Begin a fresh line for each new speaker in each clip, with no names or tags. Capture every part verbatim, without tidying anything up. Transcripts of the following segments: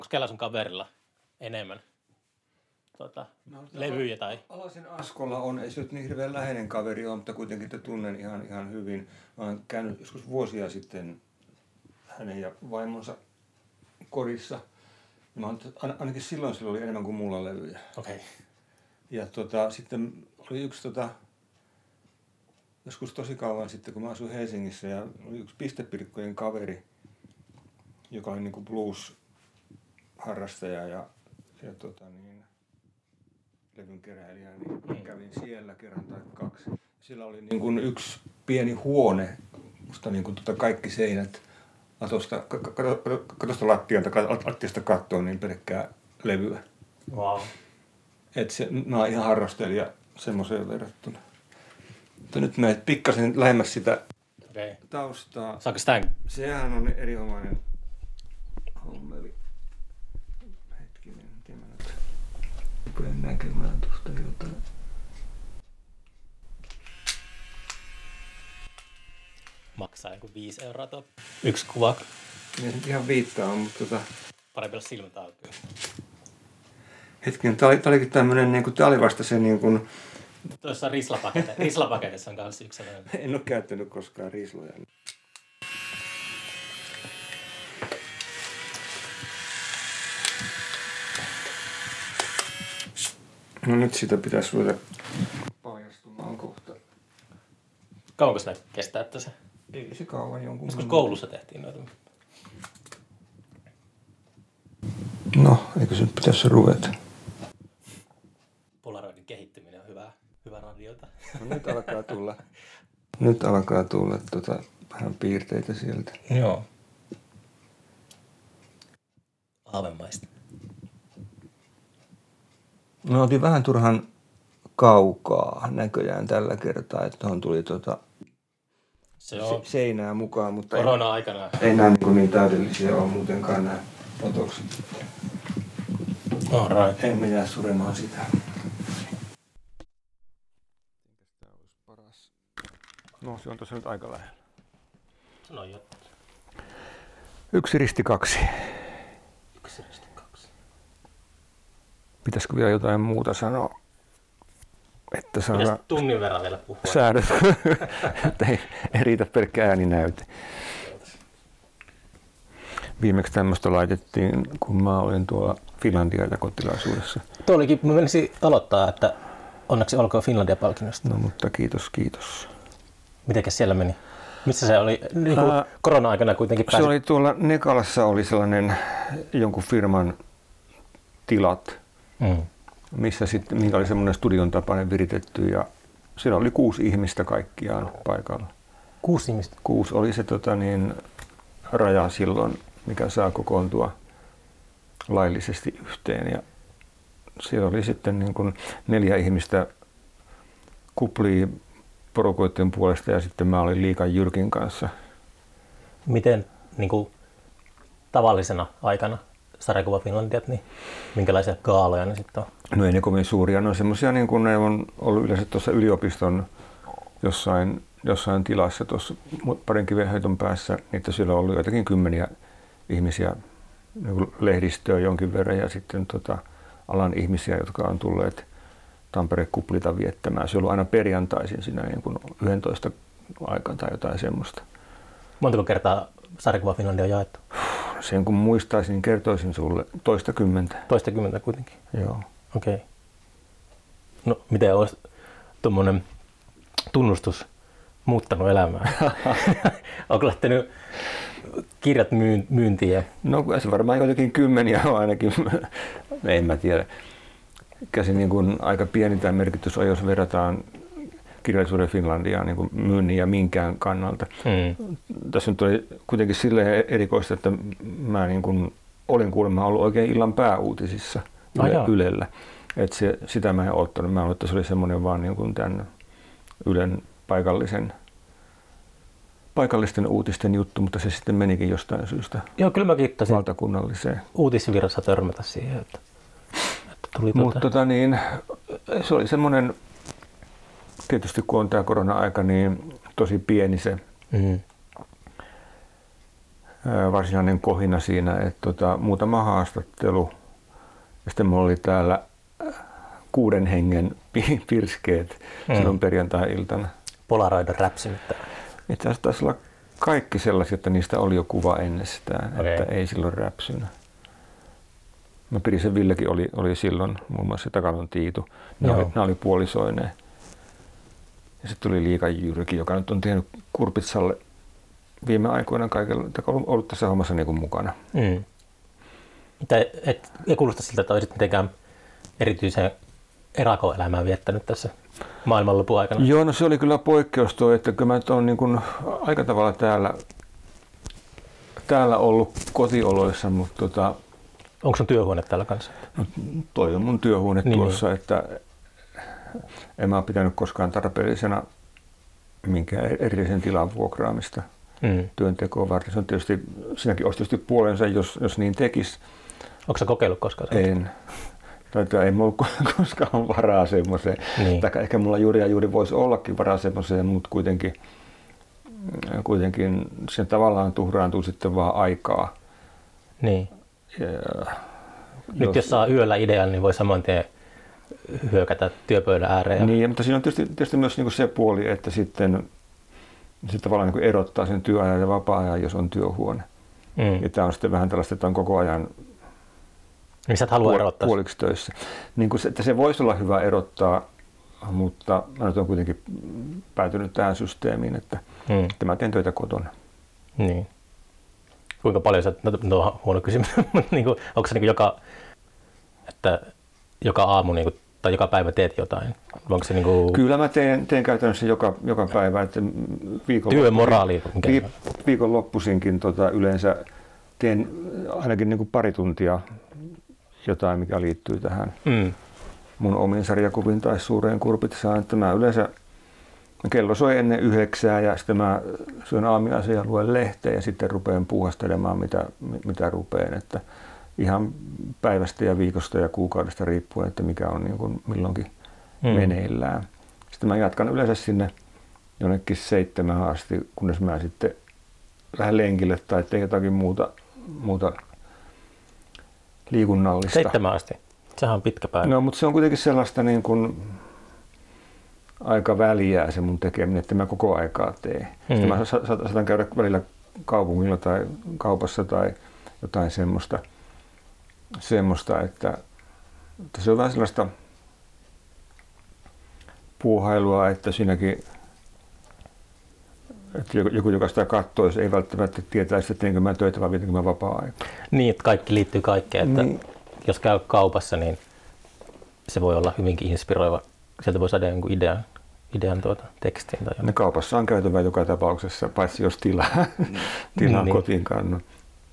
Onko kellä sun kaverilla enemmän tota, no, levyjä? Tai?
Alasen Askolla on, ei se nyt niin hirveän läheinen kaveri ole, mutta kuitenkin te tunnen ihan, ihan hyvin. Mä oon käynyt joskus vuosia sitten hänen ja vaimonsa kodissa. Mä oon, ainakin silloin sillä oli enemmän kuin mulla levyjä.
Okei. Okay.
Ja tota, sitten oli yksi tota, joskus tosi kauan sitten, kun mä asuin Helsingissä, ja oli yksi Pistepirkkojen kaveri, joka oli niinku blues-harrastaja ja, ja tota niin, levynkeräilijä, niin mm. kävin siellä kerran tai kaksi. Siellä oli niin kuin yksi pieni huone, musta niin kuin tota kaikki seinät katosta, katosta lattialta, lattiasta kattoon, niin pelkkää levyä.
Wow.
Et se, mä oon ihan harrastelija semmoiseen verrattuna. Mutta nyt mä pikkasen lähemmäs sitä okay. taustaa.
Saanko sitä?
Sehän on erinomainen hommeli. Hetkinen, miten mä nyt rupean näkemään tuosta jotain.
Maksaa joku viisi euroa tuo yksi kuva.
Ei nyt ihan viittaa on, mutta tota...
Parempi olla silmät auki.
Hetkinen, tää, oli, tää olikin tämmönen, niinku, tää oli vasta se niinku...
Tuossa rislapakete, rislapaketissa on kanssa yksi sellainen.
En oo käyttänyt koskaan risloja. No nyt sitä pitäisi ruveta paljastumaan kohta.
Kauanko sitä kestää, että se?
Ei se kauan jonkun.
Joskus koulussa tehtiin noita.
No, eikö se nyt pitäisi ruveta?
Polaroidin kehittyminen on hyvä, hyvä radiota.
No nyt alkaa tulla, nyt alkaa tulla tota, vähän piirteitä sieltä.
Joo. Aavemaista.
No oltiin vähän turhan kaukaa näköjään tällä kertaa, että tuohon tuli tota
se on
se, seinää mukaan, mutta
korona-aikana.
Ei, ei nämä niin, niin täydellisiä ole muutenkaan nämä otokset.
All right.
Emme jää suremaan sitä. Tämä olisi paras. No se on tuossa nyt aika lähellä.
Sano jo.
Yksi risti kaksi.
Yksi risti kaksi.
Pitäisikö vielä jotain muuta sanoa? Että saadaan...
Pitäisi tunnin verran vielä puhua.
Säädöt. Että ei, ei riitä pelkkä ääninäyte. Viimeksi tämmöistä laitettiin, kun mä olin tuolla Finlandia kotilaisuudessa.
Tuo olikin, mä menisin aloittaa, että onneksi olkoon Finlandia-palkinnosta.
No mutta kiitos, kiitos.
Mitenkäs siellä meni? Missä se oli? Niin kuin Ää, korona-aikana kuitenkin pääsi.
Se oli tuolla Nekalassa oli sellainen jonkun firman tilat, mm. missä sitten, mikä oli semmoinen studion tapainen viritetty ja siellä oli kuusi ihmistä kaikkiaan paikalla.
Kuusi ihmistä?
Kuusi oli se tota, niin, raja silloin, mikä saa kokoontua laillisesti yhteen. Ja siellä oli sitten niin kuin neljä ihmistä kuplii porukoiden puolesta ja sitten mä olin Liikan Jyrkin kanssa.
Miten niin kuin tavallisena aikana sarjakuva Finlandiat, niin minkälaisia gaaloja ne sitten on?
No ei ne kovin suuria, ne on semmoisia niin kuin ne on ollut yleensä tuossa yliopiston jossain, jossain tilassa tuossa parin kivenheiton päässä, niitä siellä on ollut joitakin kymmeniä ihmisiä, niin lehdistöä jonkin verran ja sitten tota, alan ihmisiä, jotka on tulleet Tampere-kuplita viettämään. Se on ollut aina perjantaisin siinä niin kuin yksitoista aikaan tai jotain semmoista.
Montako kertaa sarjakuva Finlandia on jaettu?
Sen kun muistaisin, niin kertoisin sulle toista kymmentä.
Toista kymmentä kuitenkin?
Joo.
Okei. Okay. No miten olisi tuommoinen tunnustus muuttanut elämää? Onko lähtenyt kirjat myyntiin?
No se varmaan jotenkin kymmeniä on ainakin. En mä tiedä. Käsin niin kuin aika pieni tämä merkitys on, jos verrataan kirjallisuuden Finlandiaan niin kuin myynnin ja minkään kannalta. Mm. Tässä nyt oli kuitenkin silleen erikoista, että mä niin kuin olin kuulemma ollut oikein illan pääuutisissa Yle, oh, Ylellä. Et se, sitä mä en ottanut. Mä luulen, että se oli semmoinen vaan niin kuin tämän Ylen paikallisen, paikallisten uutisten juttu, mutta se sitten menikin jostain syystä
Joo, kyllä mä kiittäisin
valtakunnalliseen.
Uutisvirrassa törmätä siihen, että, että tuli
Mutta tuota... tota niin, se oli semmoinen, tietysti kun on tämä korona-aika, niin tosi pieni se mm. varsinainen kohina siinä, että tota, muutama haastattelu. Ja sitten mulla oli täällä kuuden hengen pirskeet mm. silloin perjantai-iltana.
Polaroidon räpsynyttä.
Itse asiassa taisi olla kaikki sellaisia, että niistä oli jo kuva ennestään, okay. Että ei silloin räpsynä. Mä Pirisen Villekin oli, oli silloin, muun muassa Takalon Tiitu. Ne oli, ne oli puolisoineen. Ja sitten tuli Liikan Jyrki, joka nyt on tehnyt Kurpitsalle viime aikoina kaikella, on ollut tässä hommassa niin kuin mukana.
Mm. Et, et, ei kuulosta siltä, että olisit mitenkään erityisen erakoelämää viettänyt tässä maailmanlopun aikana.
Joo, no se oli kyllä poikkeus tuo, että kyllä mä nyt olen niin kuin aika tavalla täällä, täällä ollut kotioloissa, mutta tota,
onko sun työhuone täällä kanssa?
No, toi on mun työhuone niin, tuossa, niin. Että en mä ole pitänyt koskaan tarpeellisena minkään erillisen tilan vuokraamista mm. työntekoa varten. Se on tietysti, siinäkin olisi tietysti puolensa, jos, jos niin tekisi.
Onko sä kokeillut koskaan?
En. Tai ei mulla koskaan varaa semmoiseen. Niin. Tai ehkä mulla juuri ja juuri voisi ollakin varaa semmoiseen, mutta kuitenkin, kuitenkin sen tavallaan tuhraantuu sitten vaan aikaa.
Niin. Ja, nyt jos, jos saa yöllä idean, niin voi saman tien hyökätä työpöydän ääreen.
Niin, mutta siinä on tietysti, tietysti myös niin kuin se puoli, että sitten, sitten tavallaan niin kuin erottaa sen työajan ja vapaa-ajan, jos on työhuone. Mm. Ja tämä on sitten vähän tällaista, että on koko ajan
niin sä et halua erottaa
puoliksi töissä. Niin kuin se, että se voisi olla hyvä erottaa, mutta mä nyt olen kuitenkin päätynyt tähän systeemiin, että, mm. että mä teen töitä kotona.
Niin. Kuinka paljon sä, no, no huono kysymys, mutta niin kuin, onko se niin kuin joka, että joka aamu niin kuin, tai joka päivä teet jotain? Onko se niin kuin
kyllä mä teen, teen käytännössä joka, joka päivä. Että viikon
työmoraali.
Vi, viikonloppuisinkin tota, yleensä teen ainakin niin kuin pari tuntia jotain, mikä liittyy tähän mm. mun omiin sarjakuviin tai suureen Kurpitsaan. Että mä yleensä kello soi ennen yhdeksää ja sitten mä syön aamiaisen ja luen lehteä ja sitten rupean puuhastelemaan mitä, mitä rupean. Että ihan päivästä ja viikosta ja kuukaudesta riippuen, että mikä on niin kuin milloinkin mm. meneillään. Sitten mä jatkan yleensä sinne jonnekin seitsemään asti, kunnes mä sitten lähden lenkille tai teen jotakin muuta, muuta liikunnallista.
Seitsemään asti? Sehän on pitkä päivä.
No, mutta se on kuitenkin sellaista niin kuin aika väliä se mun tekeminen, että mä koko aikaa teen. Mm. Sitten mä saatan käydä välillä kaupungilla tai kaupassa tai jotain semmoista, semmoista että, että se on vähän sellaista puuhailua, että siinäkin että joku, joka sitä katsoisi, ei välttämättä tietäisi, että teenkö mä töitä vai vietänkö mä vapaa-aikaa.
Niin, että kaikki liittyy kaikkeen. Että niin. Jos käy kaupassa, niin se voi olla hyvinkin inspiroiva. Sieltä voi saada jonkun idean, idean tuota, tekstiin. Tai
ne kaupassa on käytävä joka tapauksessa, paitsi jos tilaa, tilaa niin, kotiin kannon.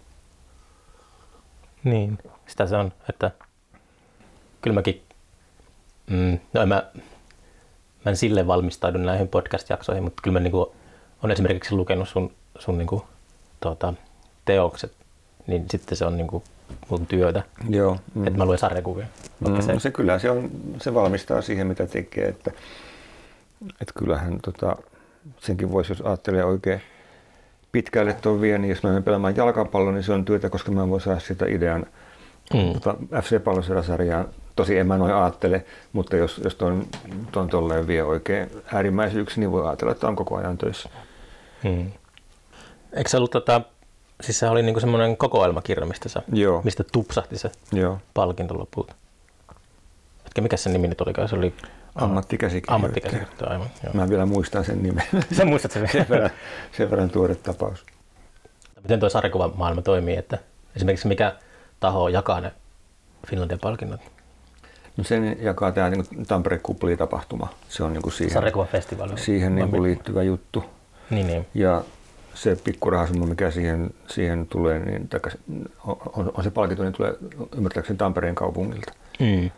Niin, sitä se on, että kyllä mäkin, mm, no en mä, mä en silleen valmistaudu näihin podcast-jaksoihin, mutta kyllä mä niinku on esimerkiksi lukenut sun, sun niinku, tuota, teokset, niin sitten se on niinku mun työtä.
Joo. Mm.
Että mä luen sarjakuvia.
Mm, se, se kyllä se, on, se valmistaa siihen, mitä tekee. Että, että kyllähän tota, senkin voisi, jos ajattelee oikein pitkälle tuon vie, niin jos mä menen pelaamaan jalkapallon, niin se on työtä, koska mä voin saada sitä idean mm. tota, F C-palloseurasarjaan. Tosi en mä noin ajattele, mutta jos, jos tuon, tuon tolleen vie oikein äärimmäisyyksi, niin voi ajatella, että on koko ajan töissä.
Hmm. Eikö se ollut, tota, siis se oli niinku semmoinen kokoelmakirja, mistä, sä, mistä tupsahti se Joo. palkinto lopulta. Etkä mikä sen nimi nyt olikaan? Se oli
ammattikäsikirjoittaja.
Ammattikäsikirjoittaja, aivan. Joo.
Mä vielä muistan sen nimen.
Sä muistat sen
sen verran, sen verran tuore tapaus.
Miten tuo sarjakuvamaailma toimii, että esimerkiksi mikä taho jakaa ne Finlandian palkinnot?
No sen jakaa tämä niin Tampere Kupli-tapahtuma. Se on niin siihen,
sarjakuvafestivaali.
Siihen niin liittyvä juttu.
Niin, niin.
Ja se pikkurahasumma, mikä siihen, siihen tulee, niin on, on se palkinto, niin tulee ymmärtääkseni Tampereen kaupungilta. Mm.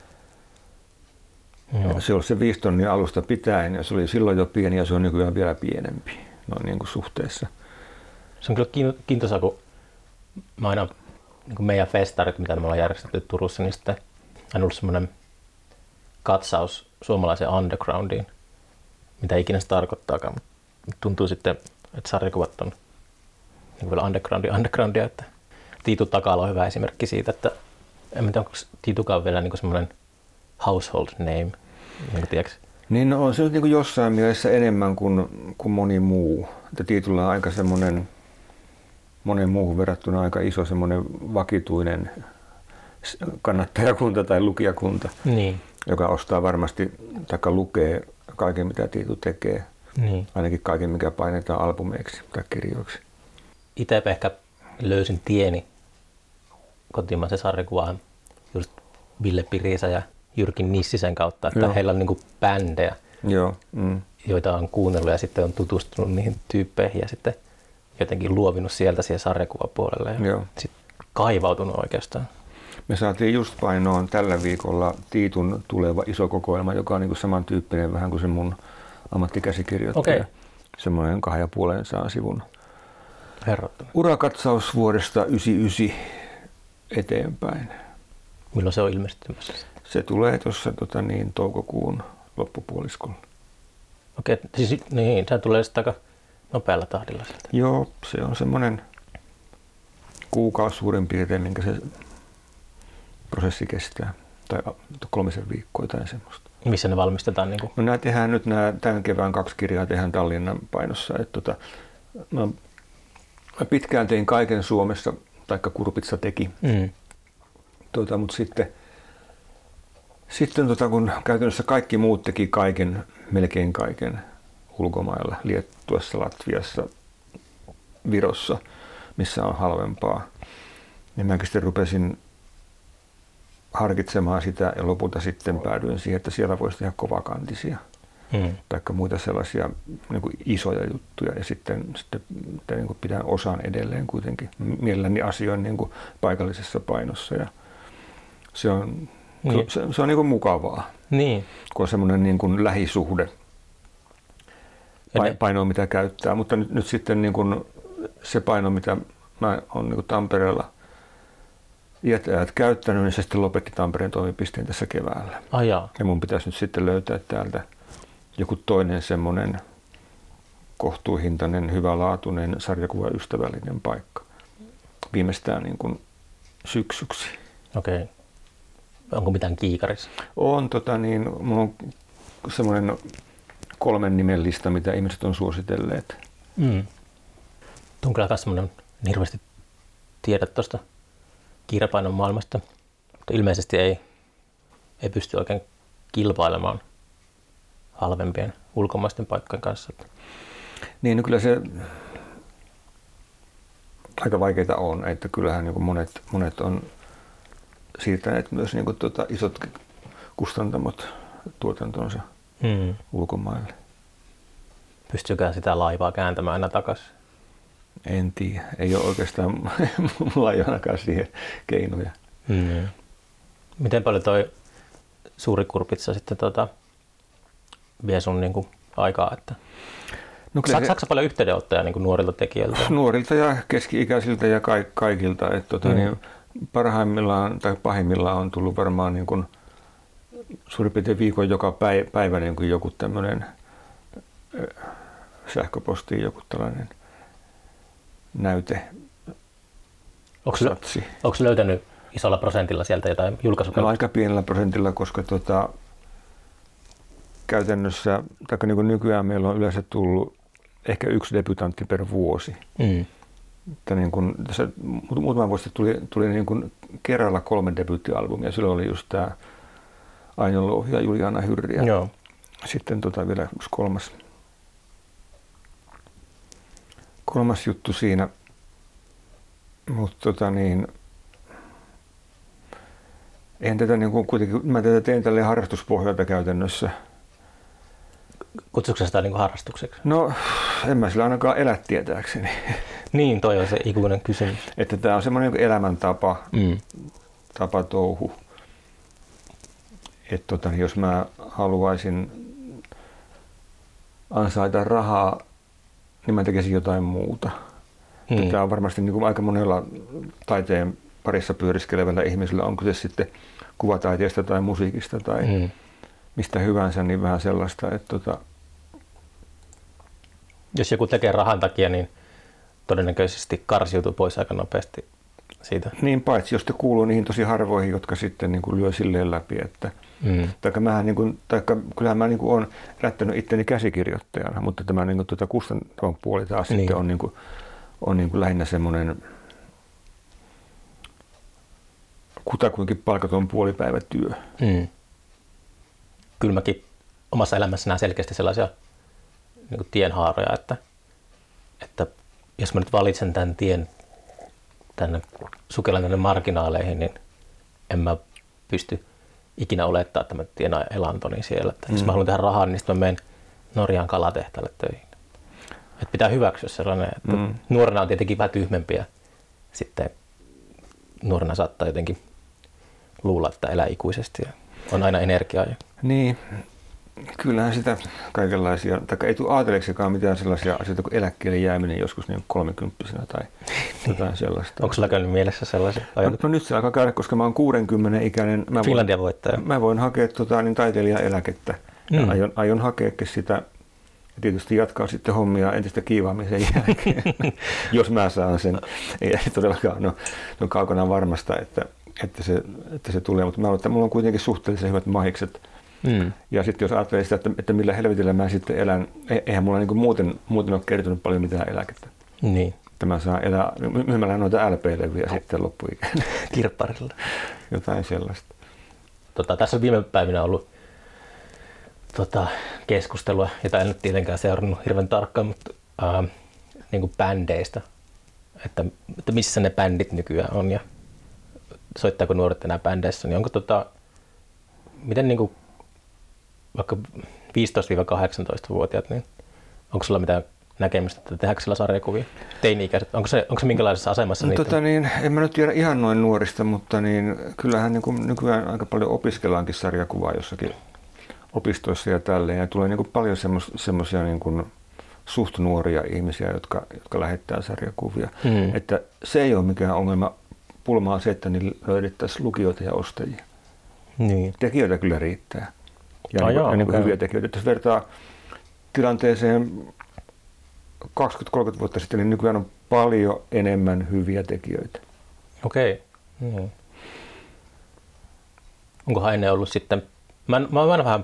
Se oli se viisi tonnia alusta pitäen ja se oli silloin jo pieni ja se on nykyään vielä pienempi noin niin kuin suhteessa.
Se on kyllä kiintoisaa, kun mä aina niin kuin meidän festarit, mitä me ollaan järjestetty Turussa, niin sitten on ollut semmoinen katsaus suomalaiseen undergroundiin, mitä ikinä se tarkoittaakaan, mutta tuntuu sitten, että sarjakuvat on niin vielä undergroundia, undergroundia, että Tiitu Takala on hyvä esimerkki siitä, että en tiedä, onko Tiitukaan vielä niin semmoinen household name, niin tiedätkö?
Niin no, on se nyt niin kuin jossain mielessä enemmän kuin, kuin moni muu. Että Tiitulla on aika semmoinen, monen muuhun verrattuna aika iso semmoinen vakituinen kannattajakunta tai lukijakunta,
niin.
joka ostaa varmasti tai lukee kaiken, mitä Tiitu tekee.
Niin.
Ainakin kaiken, mikä painetaan albumeiksi tai kirjoiksi.
Itse ehkä löysin tieni kotimaisen sarjakuvaan just Ville Pirisä ja Jyrki Nissisen kautta, että Joo. heillä on niinku bändejä,
Joo. Mm.
joita on kuunnellut ja sitten on tutustunut niihin tyyppeihin ja sitten jotenkin luovinut sieltä siihen sarjakuvapuolelle ja Joo. sitten kaivautunut oikeastaan.
Me saatiin just painoon tällä viikolla Tiitun tuleva iso kokoelma, joka on niinku samantyyppinen vähän kuin se mun ammattikäsikirjoittaja. Okay. Semmoinen kahden ja puolen saan sivun.
Herrottuna.
Urakatsaus vuodesta yhdeksänkymmentäyhdeksän eteenpäin.
Milloin se on ilmestymässä?
Se tulee tuossa tota, niin, toukokuun loppupuoliskolla.
Okei, siis niin, se tulee sitten aika nopealla tahdilla sieltä.
Joo, se on semmoinen kuukausi suurin piirtein, minkä se prosessi kestää. Tai kolmisen viikkoa tai semmoista.
Missä ne valmistetaan? Niin kuin?
No nämä tehdään nyt, nämä, tämän kevään kaksi kirjaa tehdään Tallinnan painossa. Että, tota, mä, mä pitkään tein kaiken Suomessa, taikka Kurpitsa teki. Mm. Tota, mutta sitten, sitten tota, kun käytännössä kaikki muut teki kaiken, melkein kaiken ulkomailla, Liettuassa, Latviassa, Virossa, missä on halvempaa, niin mäkin sitten rupesin harkitsemaan sitä ja lopulta sitten päädyin siihen, että siellä voisi tehdä kovakantisia hmm. tai muita sellaisia niin kuin isoja juttuja ja sitten, sitten niin kuin pidän osan edelleen kuitenkin. Mielelläni asioin niin kuin paikallisessa painossa ja se on, niin. se, se on niin kuin mukavaa, niin. kun on semmoinen niin kuin lähisuhde painoa, mitä käyttää, mutta nyt, nyt sitten niin kuin se paino, mitä mä oon niin kuin Tampereella iät ajat käyttänyt, niin se sitten lopetti Tampereen toimipisteen tässä keväällä.
Ah, ja
mun pitäisi nyt sitten löytää täältä joku toinen semmoinen kohtuuhintainen, hyvälaatuinen, sarjakuvaystävällinen paikka. Viimeistään niin kuin syksyksi.
Okei. Onko mitään kiikarissa?
On, tota niin, mulla on semmoinen kolmen nimen lista, mitä ihmiset on suositelleet.
Mm. On kyllä myös semmoinen hirveästi tiedät tuosta kirjapainon maailmasta, mutta ilmeisesti ei, ei pysty oikein kilpailemaan halvempien ulkomaisten paikkojen kanssa.
Niin, no kyllä se aika vaikeaa on, että kyllähän niin kuin monet, monet on siirtäneet myös niin kuin tuota, isot kustantamot tuotantonsa hmm. ulkomaille.
Pystyykään sitä laivaa kääntämään aina takaisin?
En tiedä. Ei ole oikeastaan, mulla ei ole ainakaan siihen keinoja.
Hmm. Miten paljon toi Suuri Kurpitsa sitten tota, vie sun niin kuin aikaa? Että no Saatko se... paljon yhteydenottoja niin kuin nuorilta tekijöiltä?
Nuorilta ja keski-ikäisiltä ja ka- kaikilta. Et, tota, hmm. niin, parhaimmillaan tai pahimmillaan on tullut varmaan niin kuin, suurin piirtein viikon joka päivä, päivä niin kuin joku tämmöinen sähköposti, joku tällainen näyte.
Onko löytänyt isolla prosentilla sieltä jotain julkaisuja?
No, aika pienellä prosentilla, koska tota, käytännössä, tai niin kuin nykyään meillä on yleensä tullut ehkä yksi debutantti per vuosi. Mm. Että niin kuin, tässä muutama vuosi sitten tuli, tuli niin kuin kerralla kolme debyyttialbumia. Silloin oli just tämä Aino Louhi ja Juliana Hyrri ja Joo. sitten tota vielä yksi kolmas, kolmas juttu siinä. Mutta tota niin, eihän tätä niin kuin kuitenkin, mä tätä teen tälleen harrastuspohjalta käytännössä.
Kutsuuko sitä niin kuin harrastukseksi?
No, en mä sillä ainakaan elä tietääkseni.
Niin, toi on se ikuinen kysymys.
Että tää on semmoinen niin elämäntapa, mm. tapa touhu. Että tota, jos mä haluaisin ansaita rahaa, niin mä tekisin jotain muuta. Hmm. Tämä on varmasti niin kuin aika monella taiteen parissa pyöriskelevällä ihmisellä, onko se sitten kuvataiteesta tai musiikista tai hmm. mistä hyvänsä, niin vähän sellaista, että tota...
Jos joku tekee rahan takia, niin todennäköisesti karsiutuu pois aika nopeasti siitä.
Niin, paitsi jos te kuuluu niihin tosi harvoihin, jotka sitten niin kuin lyö silleen läpi, että mm. taikka mähän niin kuin, taikka kyllähän mä niin kuin olen elättänyt itteni käsikirjoittajana, mutta tämä niin kuin tuota kustantavan puoli taas niin. sitten on, niin kuin, on niin kuin lähinnä semmoinen kutakuinkin palkaton puolipäivätyö. Mm.
Kyllä mäkin omassa elämässä näen selkeästi sellaisia niin kuin tienhaaroja, että, että jos mä nyt valitsen tämän tien tänne sukellan tänne marginaaleihin, niin en mä pysty ikinä olettaa, että mä tienaan elantoni siellä. Että mm. Jos mä haluan tehdä rahaa, niin sitten mä menen Norjan kalatehtaalle töihin. Et pitää hyväksyä sellainen, että mm. nuorena on tietenkin vähän tyhmempiä. Sitten nuorena saattaa jotenkin luulla, että elää ikuisesti ja on aina energiaa.
Niin, kyllähän sitä kaikenlaisia, tai ei tule ajatelleeksikaan mitään sellaisia asioita kuin eläkkeelle jääminen joskus niin kolmekymppisenä tai jotain sellaista.
Onko sulla käynyt mielessä sellaisia?
No, no nyt se alkaa käydä, koska mä oon kuudenkymmenen ikäinen. Mä
Finlandia voittaja.
Mä voin hakea tota, niin taiteilijaeläkettä. Mm. Aion, aion hakea sitä ja tietysti jatkaa sitten hommia entistä kiivaammin sen jälkeen, jos mä saan sen. Ei todellakaan no, no kaukana varmasta, että, että, se, että se tulee, mutta mä luulen, että mulla on kuitenkin suhteellisen hyvät mahikset. Mm. Ja sitten jos ajattelee sitä, että, että millä helvetillä mä sitten elän, eihän mulla niin muuten, muuten ole kertynyt paljon mitään eläkettä.
Niin.
Tämä saa elää myymällä noita L P-levyjä sitten loppuikään.
Kirpparilla.
Jotain sellaista.
Tota, tässä on viime päivinä ollut tota, keskustelua, jota en nyt tietenkään seurannut hirveän tarkkaan, mutta äh, niin kuin bändeistä, että, että missä ne bändit nykyään on ja soittaako nuoret enää bändeissä, niin onko tota, miten niin kuin vaikka viisitoista–kahdeksantoista-vuotiaat, niin onko sulla mitään näkemystä, että tehdäänkö sillä sarjakuvia? Teini-ikäiset, onko se, onko se minkälaisessa asemassa
no,
niitä?
Tota niin, en mä nyt tiedä ihan noin nuorista, mutta niin, kyllähän niin kuin nykyään aika paljon opiskellaankin sarjakuvaa jossakin opistoissa ja tälleen. Ja tulee niin kuin paljon semmoisia niin kuin suht nuoria ihmisiä, jotka, jotka lähettää sarjakuvia. Hmm. Että se ei ole mikään ongelma. Pulma on se, että niin löydettäisiin lukijoita ja ostajia.
Niin.
Tekijöitä kyllä riittää. Ja,
no
niin,
joo,
ja niin
okay.
hyviä tekijöitä. Jos vertaa tilanteeseen kaksikymmentä kolmekymmentä vuotta sitten, niin nykyään on paljon enemmän hyviä tekijöitä.
Okei. Okay. Mm. Onkohan ennen ollut sitten, mä, mä olen vähän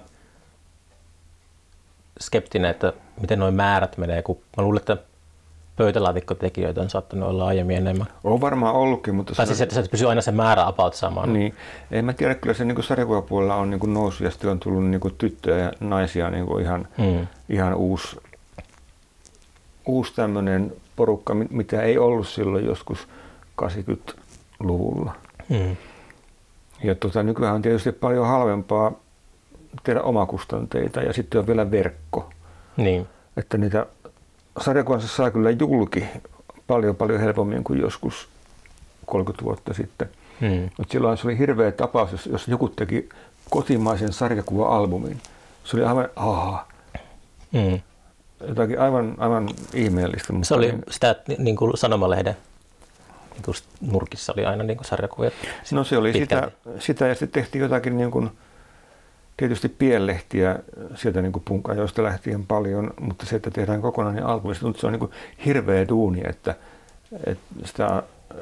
skeptinen, että miten nuo määrät menee, kun mä luulen, että pöytälaatikkotekijöitä on saattanut olla aiemmin enemmän.
On varmaan ollutkin, mutta...
Tai siis, että se pysyy aina se määrä about samaan.
Niin. En mä tiedä, kyllä se niin sarjakuvapuolella on niin noussut ja sitten on tullut niin tyttöjä ja naisia niin ihan, mm. ihan uusi, uusi tämmöinen porukka, mitä ei ollut silloin joskus kahdeksankymmentäluvulla. Mm. Ja tota, nykyään on tietysti paljon halvempaa tehdä omakustanteita ja sitten on vielä verkko.
Niin.
Että niitä sarjakuvansa saa kyllä julki paljon paljon helpommin kuin joskus kolmekymmentä vuotta sitten. Hmm. Mutta silloin se oli hirveä tapaus, jos, jos joku teki kotimaisen sarjakuva-albumin. Se oli aivan, ahaa, hmm. jotakin aivan, aivan ihmeellistä.
Se oli niin, sitä niin kuin sanomalehden niin nurkissa oli aina niin kuin sarjakuvia.
No se oli sitä, sitä ja sitten tehtiin jotakin niin kuin, tietysti pienlehtiä sieltä niin kuin punkajoista lähtien paljon, mutta se, että tehdään kokonainen albumi, se on niin kuin hirveä duuni, että, että sitä,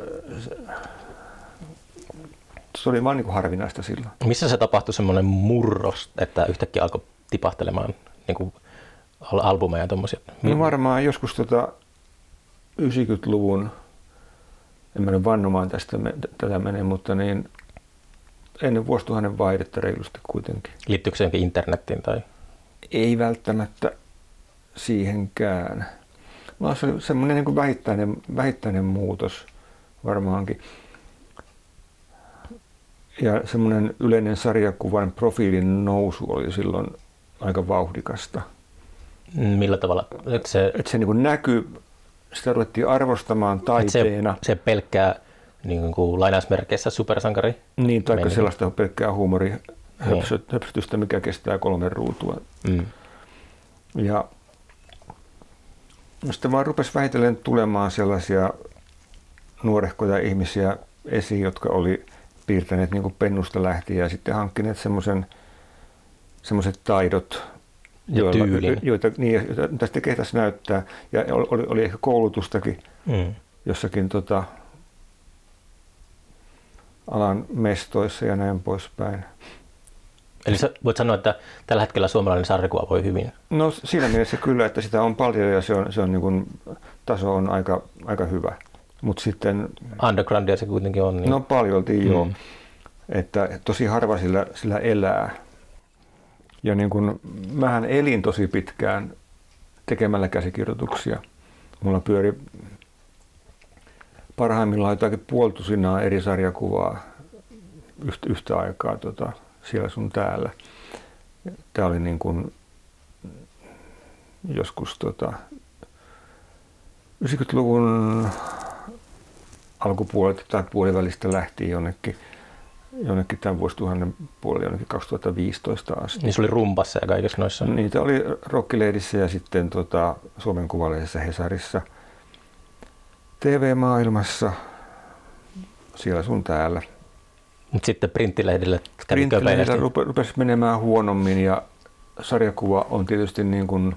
se oli vaan niin kuin harvinaista silloin.
Missä se tapahtui semmoinen murros, että yhtäkkiä alkoi tipahtelemaan niin kuin albumeja ja tommosia?
No varmaan joskus tota yhdeksänkymmentäluvun, en mä nyt vannomaan tästä tätä mene, mutta niin ennen vuosituhannen vaihdetta reilusti kuitenkin.
Liittyykö se jonkin internettiin? Tai?
Ei välttämättä siihenkään. No, se oli semmoinen niin kuin vähittäinen, vähittäinen muutos varmaankin. Ja semmoinen yleinen sarjakuvan profiilin nousu oli silloin aika vauhdikasta.
Millä tavalla? Että se,
Et se niin kuin näkyi, sitä ruvettiin arvostamaan taiteena.
Se, se pelkkää niin kuin lainausmerkeissä supersankari.
Niin, taikka sellaista pelkkää huumorihöpsytystä, mikä kestää kolme ruutua. Mm. Ja sitten vaan rupesi vähitellen tulemaan sellaisia nuorehkoja ihmisiä esiin, jotka oli piirtäneet niin kuin pennusta lähtien ja sitten hankkineet semmoisen, semmoiset taidot,
ja
joilla, joita, niin, joita sitten kehtäisi näyttää. Ja oli, oli ehkä koulutustakin
Mm.
jossakin tota, alan mestoissa ja näin poispäin.
Eli sä voit sanoa, että tällä hetkellä suomalainen sarjakuva voi hyvin?
No siinä mielessä kyllä, että sitä on paljon ja se on, se on niin kuin, taso on aika, aika hyvä. Mut sitten,
undergroundia se kuitenkin on. Niin...
No paljolti mm. joo.
Mm.
Että tosi harva sillä, sillä elää. Ja niin kuin, mähän elin tosi pitkään tekemällä käsikirjoituksia. Mulla pyöri parhaimmillaan jotakin puolitusinaa eri sarjakuvaa yhtä, yhtä aikaa tota, siellä sun täällä. Tämä oli niin kuin joskus tota, yhdeksänkymmentäluvun alkupuolelta tai puolivälistä lähtien jonnekin, jonnekin tämän vuosituhannen puolelle, jonnekin kaksituhattaviisitoista asti.
Niin se oli Rumpassa ja kaikessa noissa?
Niitä oli Rokkilehdissä ja sitten tota, Suomen Kuvalehdessä, Hesarissa, T V-maailmassa, siellä sun täällä.
Mutta sitten printtilehdille kävi
Printtilehdillä rupesi menemään huonommin ja sarjakuva on tietysti niin kuin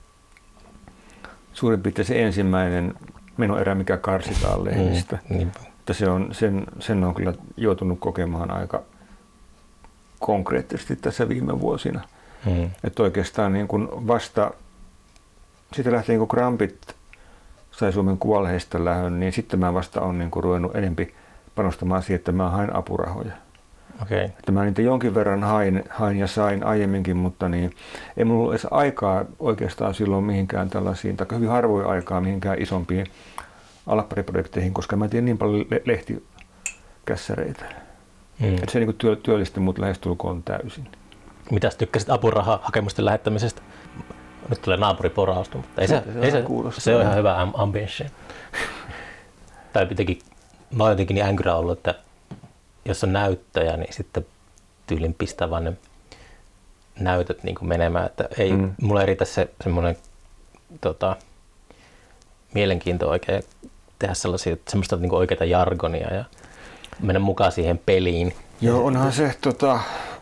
suurin piirtein se ensimmäinen menoerä, mikä karsitaan lehdistä.
Mm,
se on, sen, sen on kyllä joutunut kokemaan aika konkreettisesti tässä viime vuosina.
Mm.
Että oikeastaan niin kuin vasta, siitä lähtien kun Krampit sai Suomen Kuvalehdestä lähdön, niin sitten mä vasta olen niin kuin ruvennut enempi panostamaan siihen, että mä hain apurahoja.
Okay.
Että mä niitä jonkin verran hain, hain ja sain aiemminkin, mutta niin, ei mulla ollut edes aikaa oikeastaan silloin mihinkään tällaisiin, tai hyvin harvoin aikaa mihinkään isompiin alappariprojekteihin, koska mä tein niin paljon le- lehtikässäreitä. Mm. Että se niin kuin työllisti mut lähestulkoon täysin.
Mitäs tykkäsit apurahahakemusten lähettämisestä? Nyt tulee naapuriporausta, mutta ei se, se, ei se, se on ihan hyvä ambience. Tai jotenkin, mä oon jotenkin niin änkyrä ollut, että jos on näyttöjä, niin sitten tyylin pistää vaan ne näytöt niin kuin menemään. Että ei, mm. mulla ei riitä se semmoinen tota, mielenkiinto oikein tehdä sellaisia, semmoista niin kuin oikeita jargonia ja mennä mukaan siihen peliin.
Joo, onhan se tota,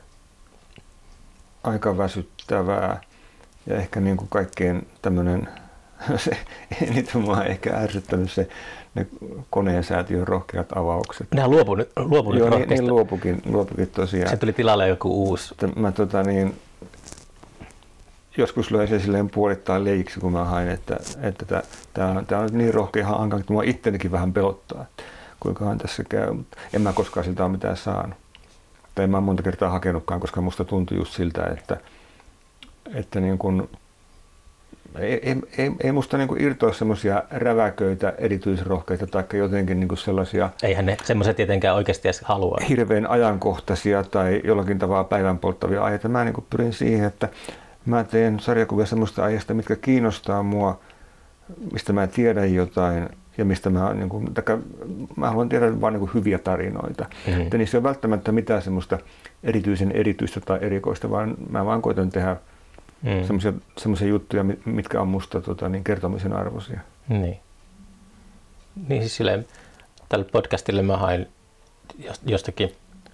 aika väsyttävää ja ehkä niin kuin kaikkein tämmöinen, se, eniten mua ehkä ärsyttänyt se ne koneen säätiön rohkeat avaukset.
Nehän luopu nyt, luopu nyt
Joo,
rohkeasta.
niin, niin luopukin, luopukin tosiaan.
Se tuli tilalle joku uusi.
Mä tota niin, joskus löin se silleen puolittain leikiksi, kun mä hain, että, että tämä on niin rohkea hankala, että mua ittenikin vähän pelottaa, että kuinkahan tässä käy. Mutta en mä koskaan siltä ole mitään saanut. Tai en mä monta kertaa hakenutkaan, koska musta tuntui just siltä, että, että niin kun, ei, ei, ei, ei musta niin kuin irtoa semmoisia räväköitä, erityisrohkeita tai jotenkin niin kuin sellaisia...
Eihän ne semmoisia tietenkään oikeasti edes halua.
Hirveän ajankohtaisia tai jollakin tavalla päivän polttavia aiheita. Mä niin kuin pyrin siihen, että mä teen sarjakuvia semmoista aiheista, mitkä kiinnostaa mua, mistä mä tiedän jotain ja mistä mä, niin kuin, taikka, mä haluan tiedä vain niin kuin hyviä tarinoita. Mm-hmm. Että niissä ei ole välttämättä mitään semmoista erityisen erityistä tai erikoista, vaan mä vaan koitan tehdä mm. semmoisia, semmoisia juttuja, mitkä on musta tota, niin kertomisen arvoisia.
Niin. Niin siis silleen, tälle podcastille mä hain jostakin,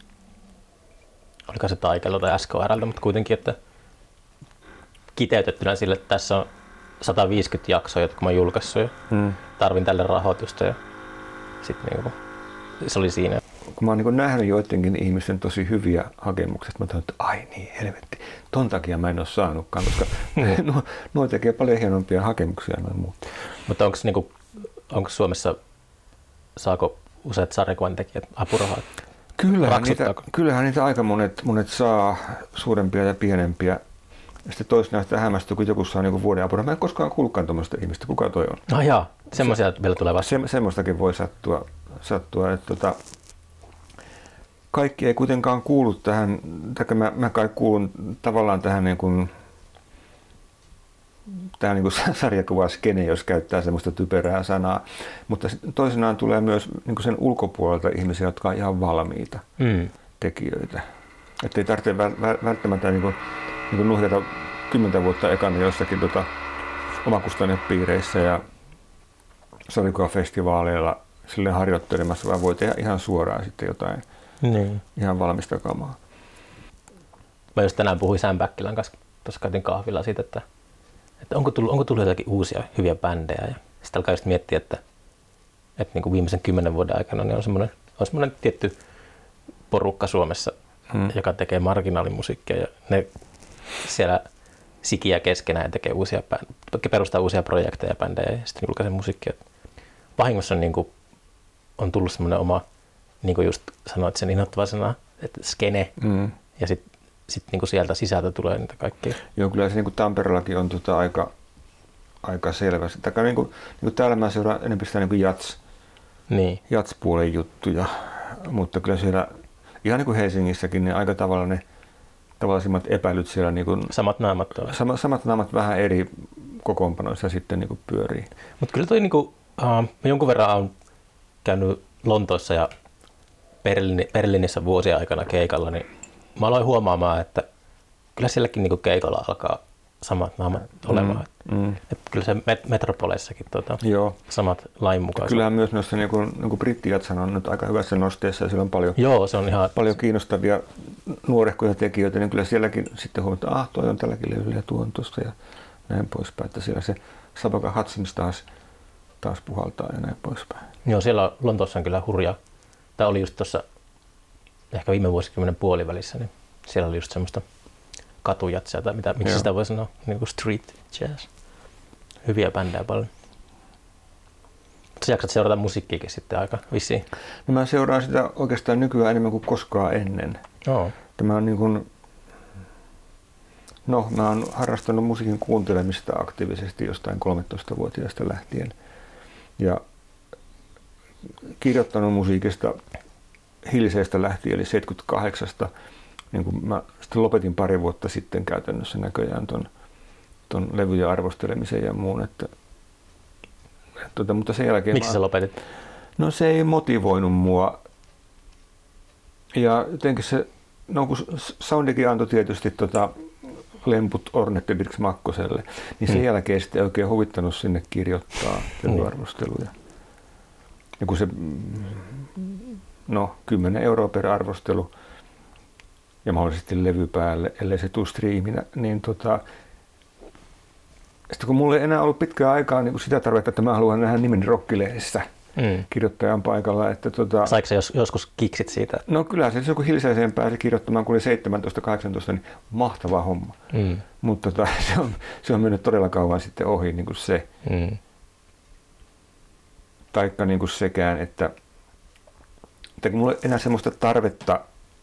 oliko se Taikelta tai S K R:ltä, mutta kuitenkin, että kiteytettynä sille, että tässä on sata viisikymmentä jaksoa, jotka mä oon julkaissut ja hmm. tarvin tälle rahoitusta ja sitten niinku, se oli siinä.
Kun mä oon niin nähnyt joidenkin ihmisten tosi hyviä hakemuksia, mä toivon, että ai niin helvetti, ton takia mä en ole saanutkaan, koska nuo, nuo tekee paljon hienompia hakemuksia noin muut.
Mutta onko niinku, Suomessa, saako useat sarjakuvan tekijät apurahaa?
Kyllähän niitä, kyllähän niitä aika monet, monet saa, suurempia ja pienempiä. Ja sitten toiset näistä hämmästyy, kun joku saa niinku vuoden apurahaa. Mä en koskaan kuullutkaan tuommoista ihmistä. Kuka toi on?
Ah jaa, semmoisia se, vielä tulee vasta.
Se, semmoistakin voi sattua. sattua että tota, kaikki ei kuitenkaan kuulu tähän, tai mä, mä kai kuulun tavallaan tähän niin kuin, tähän niin kuin sarjakuvaskene, jos käyttää semmoista typerää sanaa. Mutta toisenaan tulee myös niin kuin sen ulkopuolelta ihmisiä, jotka on ihan valmiita mm. tekijöitä. Että ei tarvitse välttämättä niin kuin, niin kuin nuhdeta kymmentä vuotta ekana jossakin tota, omakustannepiireissä ja sarjakuvafestivaaleilla sille harjoittelemassa, vaan voi tehdä ihan suoraan sitten jotain niin. Ihan valmista kamaa.
Mä just tänään puhuin Sam Päkkilän kanssa, tuossa käytiin kahvilla siitä, että, että onko, tullut, onko tullut jotakin uusia hyviä bändejä. Ja sitten alkaa just miettiä, että että niin kuin viimeisen kymmenen vuoden aikana niin on semmoinen, on semmoinen tietty porukka Suomessa, hmm. joka tekee marginaalimusiikkia ja ne siellä sikiä keskenään ja tekee uusia, perustaa uusia projekteja ja bändejä ja sitten julkaisee musiikkia. Vahingossa niin kuin on tullut semmoinen oma, niin kuin just sanoit sen innoittava sana, että skene hmm. ja sitten sit niin kuin sieltä sisältä tulee niitä kaikkia.
Joo, kyllä se niin kuin Tampereellakin on tota aika, aika selvä. Niin kuin, niin kuin täällä mä seuraan enemmän sitä niin kuin jats,
niin.
jats-puolen juttuja, mutta kyllä siellä ihan niin kuin Helsingissäkin niin aika tavalla ne tavallisimmat epäilyt siellä. Niin kuin,
samat naamat
sama, Samat naamat vähän eri kokoonpanoissa sitten niin kuin pyörii.
Mutta kyllä toi niin kuin, uh, jonkun verran on käynyt Lontoossa ja Berliini, Berliinissä vuosien aikana keikalla, niin mä aloin huomaamaan, että kyllä sielläkin niin kuin keikalla alkaa samat naamat olemaan. Mm, mm. Että kyllä se met- metropoleissakin tota, samat lainmukaiset.
Kyllähän myös noissa niin kuin, niin kuin brittijatsan on nyt aika hyvässä nosteessa ja siellä on paljon,
Joo, se on ihan
paljon kiinnostavia nuorehkoja tekijöitä, niin kyllä sielläkin sitten huomataan, että ah, toi on tälläkin levyllä ja tuo on tuossa ja näin poispäin. Että siellä se Saboka Hutchins taas, taas puhaltaa ja näin poispäin.
Joo, siellä Lontoossa on kyllä hurja. Tämä oli just tuossa ehkä viime vuosikymmenen puolivälissä, niin siellä oli just semmoista katujatsia tai mitä, miksi Joo. sitä voi sanoa, niin kuin street jazz. Hyviä bändejä paljon. Mutta sä jaksat seurata musiikkiakin sitten aika vissiin.
No mä seuraan sitä oikeastaan nykyään enemmän kuin koskaan ennen.
Oh.
Tämä on niin kuin, no mä oon harrastanut musiikin kuuntelemista aktiivisesti jostain kolmetoistavuotiaasta lähtien. Ja kirjoittanut musiikista hilseistä lähtien, eli seitsemänkymmentäkahdeksan. Niin kuin mä sitten lopetin pari vuotta sitten käytännössä näköjään ton, ton levyjen arvostelemisen ja muun. Että, tuota, mutta sen jälkeen
Miksi
mä,
sä lopetit?
No se ei motivoinut mua. Ja jotenkin se, no kun Soundikin antoi tietysti tota lemput Ornette Birks Makkoselle, niin sen hmm. jälkeen sitten ei oikein huvittanut sinne kirjoittaa levyarvosteluja. Ja kun se, no kymmenen euroa per arvostelu ja mahdollisesti levy päälle, ellei se tule striiminä, niin tota, sitten kun mulla ei enää ollut pitkään aikaa niin sitä tarvetta, että mä haluan nähdä nimeni Rockilehdessä mm. kirjoittajan paikalla. Että tota,
saiko se jos, joskus kiksit siitä?
No kyllä se, kun hilseiseen pääsi kirjoittamaan, kun oli seitsemäntoista kahdeksantoista, niin mahtava homma. Mm. Mutta tota, se, on, se on mennyt todella kauan sitten ohi niin kuin se. Mm. Taikka niin kuin sekään, että, että kun mulla ei enää semmoista tarvetta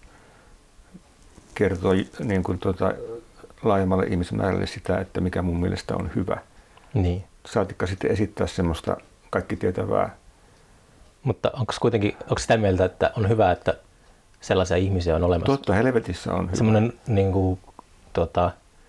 kertoa niin kuin tota, laajemmalle ihmismäärälle sitä, että mikä mun mielestä on hyvä.
Niin.
Saatikka sitten esittää semmoista kaikki tietävää.
Mutta onko kuitenkin, onko sitä mieltä, että on hyvä, että sellaisia ihmisiä on olemassa?
Totta, helvetissä on hyvä.
Semmoinen niin kuin, tota,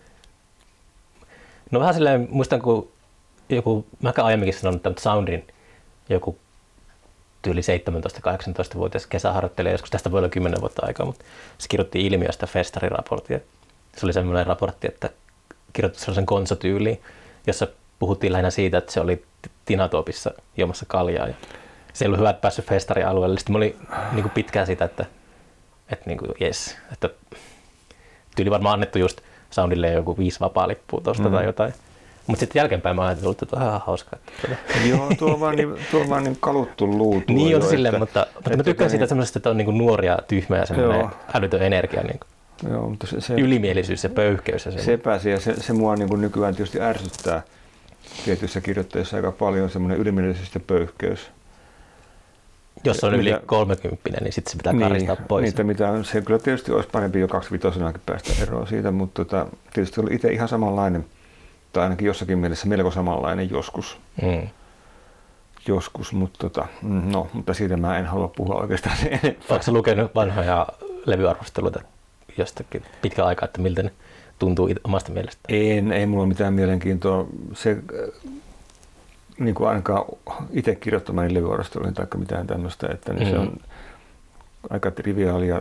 no vähän silleen, muistan kun joku, mä ehkä aiemminkin sanonut, että Soundin joku tyyli seitsemäntoista-kahdeksantoista-vuotias kesäharjoittelija, joskus tästä voi olla kymmenen vuotta aikaa, mutta se kirjoitti ilmiöstä festariraporttia. Se oli semmoinen raportti, että kirjoitti sellaisen konsotyyliin, jossa puhuttiin lähinnä siitä, että se oli Tinatoopissa juomassa kaljaa. Ja se ei ollut hyvä, että päässyt festarialueelle. Sitten mä olin niin kuin pitkään sitä, että, että niin kuin, yes, että tyyli varmaan annettu just Soundille joku viisi vapaa-lippua tuosta mm. tai jotain. Mutta sitten jälkeenpäin mä ajattelin, että on ihan hauskaa.
Joo, tuo on vaan niin, tuo on vaan niin kaluttu luutu.
Niin on jo, silleen, että, mutta, mutta että mä tykkään siitä niin, semmoisesta, että on niin kuin nuoria, tyhmä ja semmoinen älytön energia. Niin kuin.
Joo, mutta se, se,
ylimielisyys ja pöyhkeys. Ja
se pääsi ja se, se mua niin kuin nykyään tietysti ärsyttää tietyissä kirjoittajissa aika paljon semmoinen ylimielisyys ja pöyhkeys.
Jos on yli kolmekymppinen, niin sitten se pitää niin, karistaa pois.
Niitä, mitä on, se kyllä tietysti olisi parempi jo kaksivitosenakin päästä eroon siitä, mutta tota, tietysti oli itse ihan samanlainen, tai ainakin jossakin mielessä melko samanlainen joskus. Mm. Joskus, mutta, tota, no, mutta siitä mä en halua puhua oikeastaan sen enempää.
Oletko lukenut vanhoja levyarvosteluita jostakin pitkän aikaa, että miltä ne tuntuu omasta mielestä?
En, ei mulla ole mitään mielenkiintoa. Se, niin kuin ainakaan itse kirjoittamani levyarvosteluihin tai mitään tämmöistä, että niin mm. se on aika triviaalia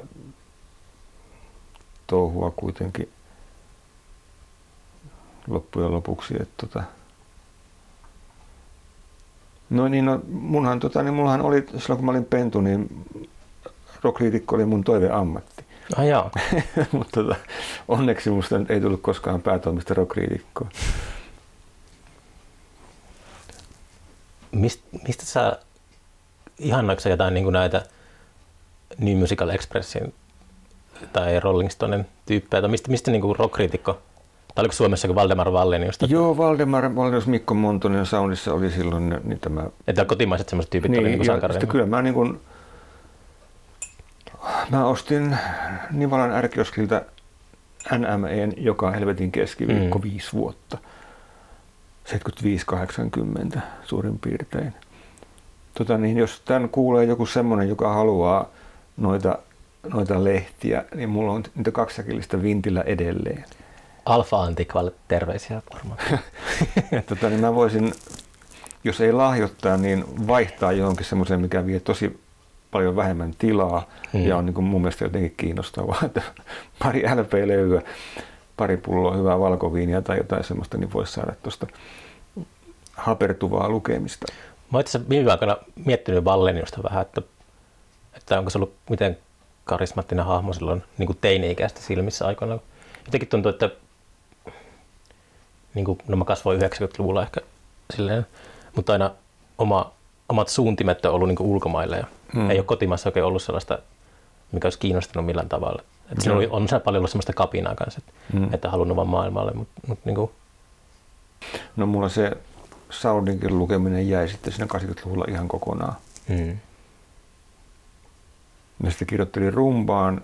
touhua kuitenkin loppujen lopuksi. Että tota. No niin, no, munhan, tota, niin mullahan oli, silloin kun mä olin pentu, niin rockkriitikko oli mun toiveammatti.
Ah, jaa.
Mutta tota, onneksi musta ei tullut koskaan päätoimista rockkriitikkoa.
Mist, mistä sä ihannoiko jotain niin kuin näitä New Musical Expressin tai Rolling Stonen tyyppejä, tai mistä, mistä niin kuin rock-kriitikko, tai oliko Suomessakin Valdemar Walleniusta?
Joo, Valdemar Wallenius, Mikko Montonen Soundissa oli silloin niin tämä...
Että kotimaiset sellaiset tyypit
niin,
oli niin kuin sankareina.
Kyllä mä niin kuin, mä ostin Nivalan R-kioskilta N M E:n joka helvetin keskiviikko mm. viisi vuotta. seitsemänkymmentäviisi kahdeksankymmentä suurin piirtein. Tota niin, jos tämän kuulee joku semmoinen, joka haluaa noita, noita lehtiä, niin mulla on niitä kaksisäkillistä vintillä edelleen.
Alfa Antiqualle terveisiä varmaan.
tota, niin mä voisin, jos ei lahjoittaa, niin vaihtaa johonkin semmoiseen, mikä vie tosi paljon vähemmän tilaa hmm. ja on niin kuin mun mielestä jotenkin kiinnostavaa, että pari L P-levyä, pari pulloa hyvää valkoviiniä tai jotain semmoista, niin voisi saada tuosta hapertuvaa lukemista.
Mä oon itse asiassa viime aikana miettinyt Walleniusta vähän, että, että onko se ollut miten karismaattinen hahmo silloin niin kuin teini-ikäistä silmissä aikoina. Jotenkin tuntuu, että niin kuin, no mä kasvoin yhdeksänkymmentäluvulla ehkä silleen, mutta aina oma, omat suuntimet on ollut niin kuin ulkomaille ja hmm. ei ole kotimaassa oikein ollut sellaista, mikä olisi kiinnostanut millään tavalla. Että siinä on, on paljon ollut sellaista kapinaa kanssa, että, hmm. että halunnut vaan maailmalle. Mutta, mutta niin kuin...
No mulla se Soundinkin lukeminen jäi sitten siinä kahdeksankymmentäluvulla ihan kokonaan.
Hmm.
Ja sitten kirjoittelin rumpaan.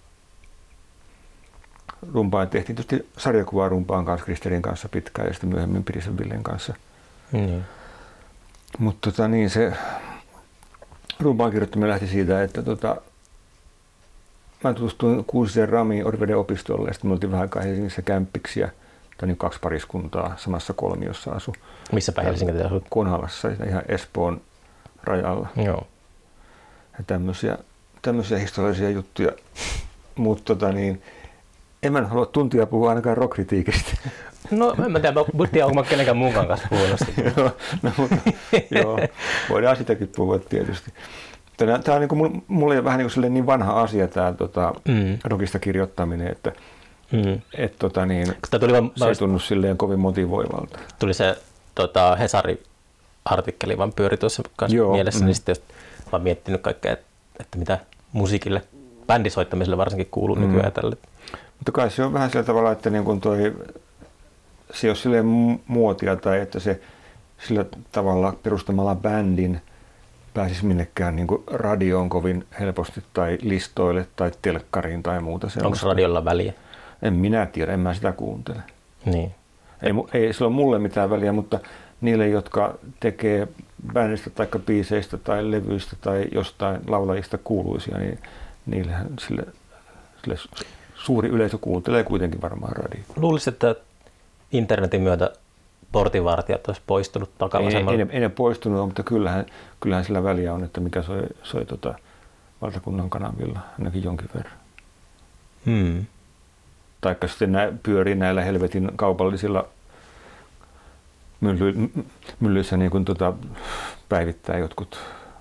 Rumpaan tehtiin tietysti sarjakuvaa rumpaan kanssa, Kristerin kanssa pitkään ja sitten myöhemmin Pirisen Villen kanssa.
Hmm.
Mutta tota, niin se rumpaan kirjoittaminen lähti siitä, että tota, mä tutustuin Kuusisen Ramiin Oriveden opistolle ja sitten me oltiin vähän aikaa Helsingissä kämppiksiä. Tai niin kaksi pariskuntaa samassa kolmiossa asu.
Missä päin Helsingin te asut?
Konhalassa, ihan Espoon rajalla.
Joo.
Ja tämmöisiä, tämmöisiä historiallisia juttuja. Mutta tota niin, en mä halua tuntia puhua ainakaan rock-kritiikistä.
No en mä tiedä, mä tiedä, onko mä kenenkään mukaan kanssa puhunut.
joo, no, mutta, joo, voidaan sitäkin puhua tietysti. Tämä, tämä on niin kuin, mulle vähän niin, kuin niin vanha asia tämä tota, mm. rockista kirjoittaminen, että Mm. Et, tota niin, tuli vaan, se ei tunnu silleen kovin motivoivalta.
Tuli se tota, Hesari-artikkeli vaan pyöri tuossa mielessä, mm. niin sitten vaan miettinyt kaikkea, että, että mitä musiikille, bändisoittamiselle varsinkin kuuluu mm. nykyään tälle.
Mutta kai se on vähän sillä tavalla, että niin kun toi, se ei ole silleen muotia tai että se sillä tavalla perustamalla bändin pääsisi minnekään niin kuin radioon kovin helposti tai listoille tai telkkariin tai muuta sellaista.
Onko radiolla väliä?
En minä tiedä, en mä sitä kuuntele.
Niin.
Ei, ei sillä ole mulle mitään väliä, mutta niille, jotka tekee bändistä tai biiseistä tai levyistä tai jostain laulajista kuuluisia, niin niillähän sille, sille suuri yleisö kuuntelee kuitenkin varmaan radio.
Luulisin, että internetin myötä portinvartijat olisi poistunut takavasemmalle.
Ei, ei, ei ne poistunut, mutta kyllähän, kyllähän sillä väliä on, että mikä soi, soi tota valtakunnan kanavilla ainakin jonkin verran.
Hmm.
Taikka sitten nä, pyörii näillä helvetin kaupallisilla mylly, myllyissä niin kuin tota, päivittää jotkut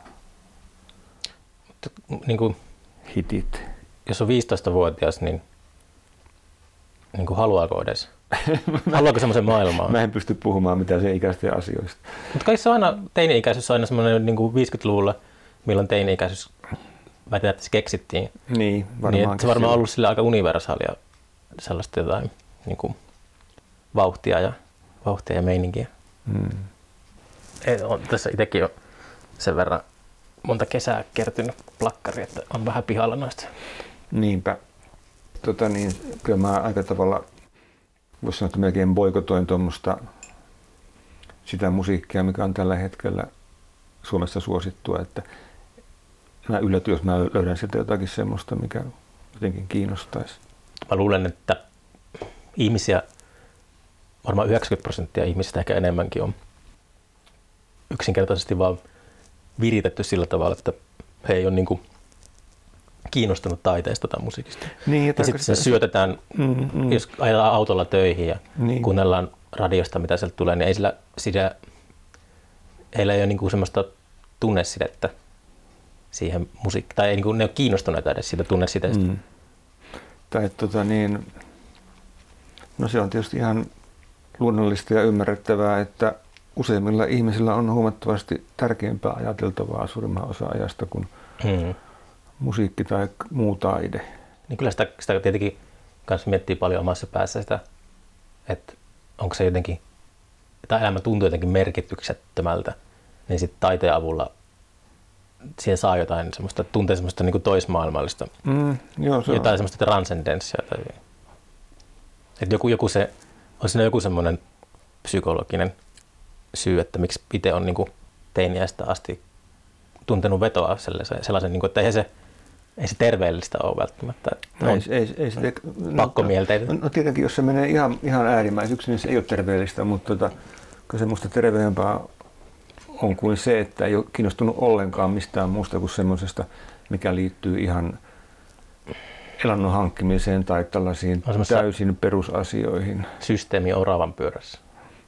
Mutta, niin kuin,
hitit.
Jos on viisitoistavuotias, niin, niin kuin haluaako edes? Haluaako semmoisen maailmaa?
Mä en pysty puhumaan mitään sen ikäisten asioista.
Mutta kai se on aina, teini-ikäisyys on aina semmoinen niin kuin viisikymmentäluvulla, milloin teini-ikäisyys väitetään, että se keksittiin.
Niin, varmaan.
Niin, se varmaan ollut sillä aika universaalia sellaista jotain niin kuin vauhtia ja, vauhtia ja meininkiä. Hmm. Ei, on, tässä itsekin on sen verran monta kesää kertynyt plakkari, että on vähän pihalla noista.
Niinpä. Tota niin, kyllä mä aika tavalla, voisi sanoa, että melkein boikotoin tuommoista sitä musiikkia, mikä on tällä hetkellä Suomessa suosittua, että mä yllätyn, jos mä löydän sieltä jotakin semmoista, mikä jotenkin kiinnostaisi. Mä
luulen, että ihmisiä, varmaan yhdeksänkymmentä prosenttia ihmisistä ehkä enemmänkin on yksinkertaisesti vaan viritetty sillä tavalla, että he ei ole niin kuin kiinnostunut taiteesta tai musiikista.
Niin,
ja sitten se syötetään, mm, mm. jos ajetaan autolla töihin ja niin. kuunnellaan radiosta, mitä sieltä tulee, niin ei sillä, sillä heillä ei ole niin kuin semmoista tunnesidettä siihen musiikkaan, tai ei, niin kuin, ne ole kiinnostuneita edes siitä tunnesidettä. Mm.
Tai tota niin, no se on tietysti ihan luonnollista ja ymmärrettävää, että useimmilla ihmisillä on huomattavasti tärkeämpää ajateltavaa suurimman osa ajasta kuin hmm. musiikki tai muu taide.
Niin kyllä sitä, sitä tietenkin kanssa miettii paljon omassa päässä sitä, että onko se jotenkin, tai elämä tuntuu jotenkin merkityksettömältä, niin sitten taiteen avulla siihen saa jotain semmoista, tuntee semmoista niin kuin toismaailmallista,
mm, joo, se
jotain
on.
semmoista transcendenssia. Tai, että joku, joku se, on siinä joku semmoinen psykologinen syy, että miksi itse on niin kuin teiniästä asti tuntenut vetoa sellaisen, sellaisen niin kuin, että ei se, ei se terveellistä ole välttämättä.
No, ei, ei, ei se
pakkomielteitä.
No, no tietenkin, jos se menee ihan, ihan äärimmäiseksi, niin se ei ole terveellistä, mutta tota, kyllä se musta terveempää on kuin se, että ei ole kiinnostunut ollenkaan mistään muusta kuin semmoisesta, mikä liittyy ihan elannon hankkimiseen tai tällaisiin täysin perusasioihin.
Systeemi oravan pyörässä.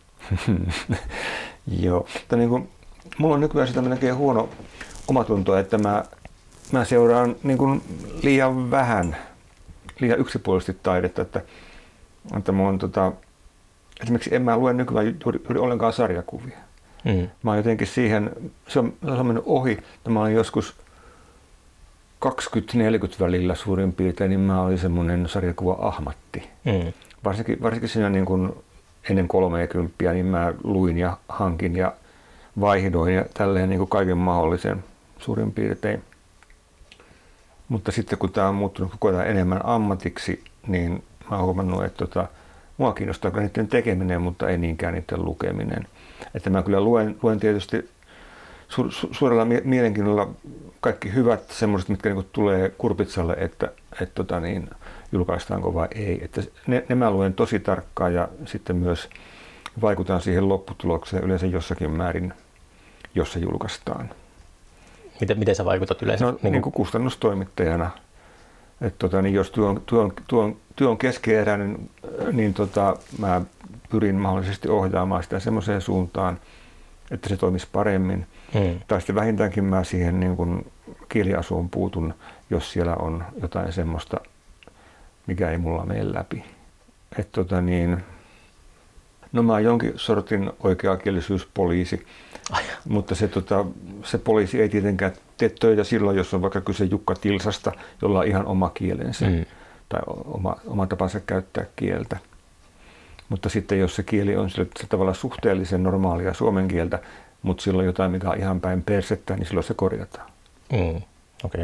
Joo. Mutta niin kuin, mulla on nykyään sitä melkein huono omatunto, että mä, mä seuraan niin kuin liian vähän, liian yksipuolisesti taidetta. Että, että mä on, tota, esimerkiksi en mä lue nykyään juuri, juuri ollenkaan sarjakuvia. Mm. Mä oon jotenkin siihen, se on, se on mennyt ohi. Mä olin joskus kaksikymmentä neljäkymmentä välillä suurin piirtein, niin mä olin semmoinen sarjakuva-ahmatti. Mm. Varsinkin, varsinkin siinä niin kuin ennen kolmeakymppiä, niin mä luin ja hankin ja vaihdoin ja tälleen niin kuin kaiken mahdollisen suurin piirtein. Mutta sitten kun tää on muuttunut koko ajan enemmän ammatiksi, niin mä oon huomannut, että tota, mua kiinnostaa kyllä niiden tekeminen, mutta ei niinkään niiden lukeminen. Että mä kyllä luen, luen tietysti su, su, suurella mie- mielenkiinnolla kaikki hyvät semmoiset, mitkä niinku tulee Kurpitsalle, että et tota niin, julkaistaanko vai ei. Että ne, ne mä luen tosi tarkkaan ja sitten myös vaikutan siihen lopputulokseen yleensä jossakin määrin, jos se julkaistaan.
Miten, miten sä vaikutat yleensä?
No, niin kuin kustannustoimittajana. Että tota, niin jos työ on, työ on, työ on, työ on keskeeräinen, niin tota, mä pyrin mahdollisesti ohjaamaan sitä semmoiseen suuntaan, että se toimisi paremmin. Hmm. Tai sitten vähintäänkin mä siihen niin kuin kieliasuun puutun, jos siellä on jotain semmoista, mikä ei mulla mene läpi. Et tota niin, no mä oon jonkin sortin oikeakielisyyspoliisi, mutta se, tota, se poliisi ei tietenkään tee töitä silloin, jos on vaikka kyse Jukka Tilsasta, jolla on ihan oma kielensä hmm. tai oma, oma tapansa käyttää kieltä. Mutta sitten jos se kieli on sillä tavalla suhteellisen normaalia suomen kieltä, mutta silloin jotain, mikä on ihan päin persettä, niin silloin se korjataan.
Mm, Okei. Okay.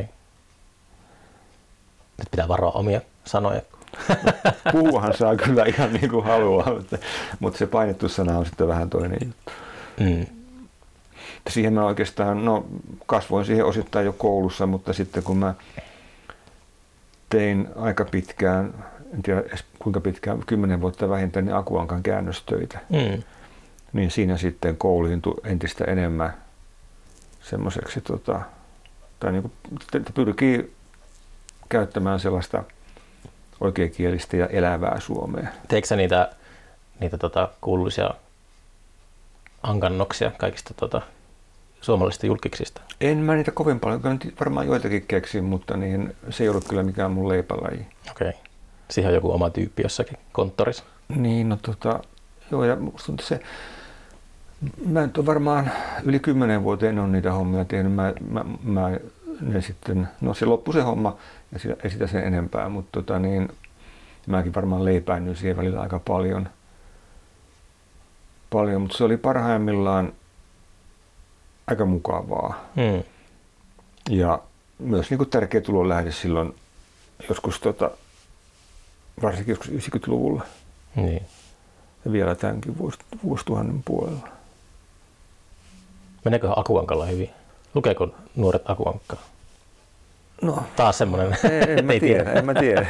Nyt pitää varoa omia sanoja.
Puhuahan saa kyllä ihan niin kuin haluaa, mutta, mutta se painettu sana on sitten vähän toinen juttu. Mm. Siihen mä oikeastaan, no kasvoin siihen osittain jo koulussa, mutta sitten kun mä tein aika pitkään, en tiedä kuinka pitkään, kymmenen vuotta vähintään, niin Akuankan käännöstöitä. Mm. Niin siinä sitten kouliintui entistä enemmän semmoiseksi, tota, tai niin kuin, pyrkii käyttämään sellaista oikeakielistä ja elävää suomea.
Teikö sä niitä, niitä tota, kuuluisia ankannoksia kaikista tota, suomalaisista julkiksista?
En mä niitä kovin paljon, varmaan joitakin keksin, mutta niin, se ei ollut kyllä mikään mun leipälaji.
Okei. Okay. Siihen on joku oma tyyppi jossakin konttorissa.
Niin, no tota, joo, ja musta tuntuu se, mä nyt on varmaan yli kymmenen vuoteen on niitä hommia tehnyt. Mä, mä, mä ne sitten, no se loppui se homma ja sitä, ei sitä sen enempää, mutta tota niin, mäkin varmaan leipäinnyin siihen välillä aika paljon. Paljon, mutta se oli parhaimmillaan aika mukavaa. Hmm. Ja myös niin kuin tärkeä tulonlähde silloin joskus, tota, varsinkin joskus yhdeksänkymmentäluvulla.
Niin.
Ja vielä tämänkin vuosituhannen puolella.
Meneeköhän Akuankalla hyvin? Lukeeko nuoret Akuankkaa?
No,
taas semmoinen.
En, en mä tiedä, en mä tiedä.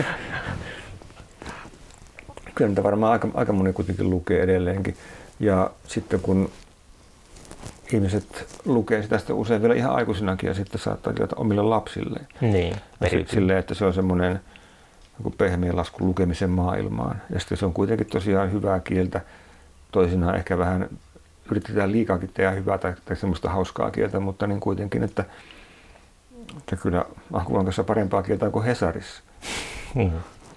Kyllä niitä varmaan aika, aika moni kuitenkin lukee edelleenkin. Ja sitten ihmiset lukee sitä sitten usein vielä ihan aikuisinakin ja sitten saattaa tilata omille lapsilleen.
Niin.
Silleen, että se on semmoinen pehmeä lasku lukemisen maailmaan. Ja sitten se on kuitenkin tosiaan hyvää kieltä. Toisinaan ehkä vähän yritetään liikaakin tehdä hyvää tai, tai semmoista hauskaa kieltä, mutta niin kuitenkin, että, että kyllä Akuankassa parempaa kieltä kuin Hesarissa.
Mm.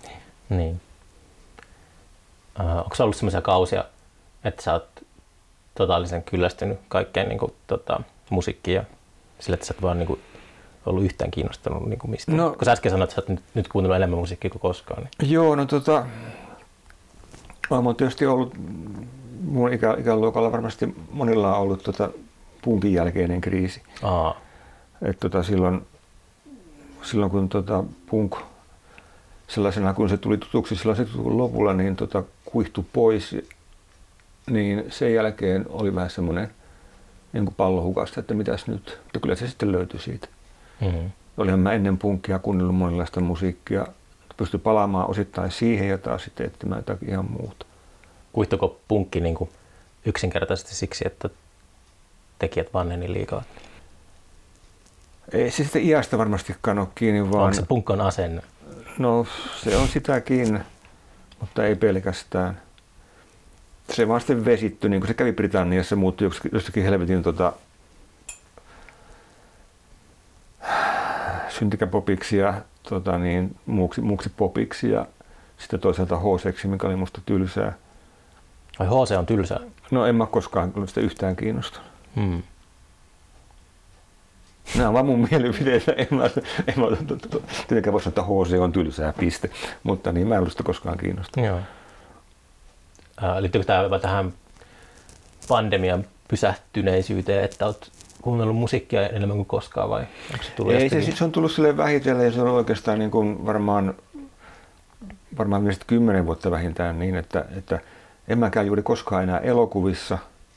Niin. Uh, onko se ollut semmoisia kausia, että sä oot totaalisen kyllästynyt kaikkeen niin kuin, tota, musiikkiin ja sillä, että sä et vaan niin kuin, ollut yhtään kiinnostunut niin kuin mistä. No, kun sä äsken sanoit, että sä oot nyt, nyt kuunnellut enemmän musiikkia kuin koskaan. Niin.
Joo, no tota, olen tietysti ollut, mun ikä, ikäluokalla varmasti monilla on ollut tota, punkin jälkeinen kriisi.
Aa.
Et tota, silloin, silloin kun tota, punk sellaisena kun se tuli tutuksi silloin seitsemänkymmentäluvun lopulla, niin tota, kuihtui pois, niin sen jälkeen oli vähän semmoinen niin kuin pallo hukasta, että mitäs nyt, mutta kyllä se sitten löytyi siitä.
Mm-hmm.
Olihan mä ennen punkkia kuunnellut monenlaista musiikkia, pystyi palaamaan osittain siihen ja taas sitten etsimään jotakin ihan muuta.
Kuihtuiko punkki niin kuin yksinkertaisesti siksi, että tekijät vanneni liikaa?
Ei se sitten iästä varmastikaan ole kiinni, vaan...
Onko se punkon asenne?
No se on sitäkin, mutta ei pelkästään. Se vaan sitten vesittyi, niin kuin se kävi Britanniassa, muuttui jostakin helvetin tota, syntikäpopiksi ja tota, niin, muuksi, muuksi popiksi ja sitten toisaalta H C:ksi, mikä oli musta tylsää.
Ai H C on tylsää?
No en mä koskaan kyllä sitä yhtään kiinnostunut.
Hmm.
Nämä on vaan mun mielipiteitä. En mä, en mä tietenkään voi sanoa, että H C on tylsää, piste. Mutta niin mä en ollut sitä koskaan kiinnostunut.
Joo. Äh, liittyykö tämä tähän pandemian pysähtyneisyyteen, että olet kuunnellut musiikkia enemmän kuin koskaan vai onko se tullut?
Ei, se, se on tullut silleen vähitellen ja se on oikeastaan niin kuin varmaan, varmaan mielestäni kymmenen vuotta vähintään niin, että, että en mäkään juuri koskaan enää elokuvissa.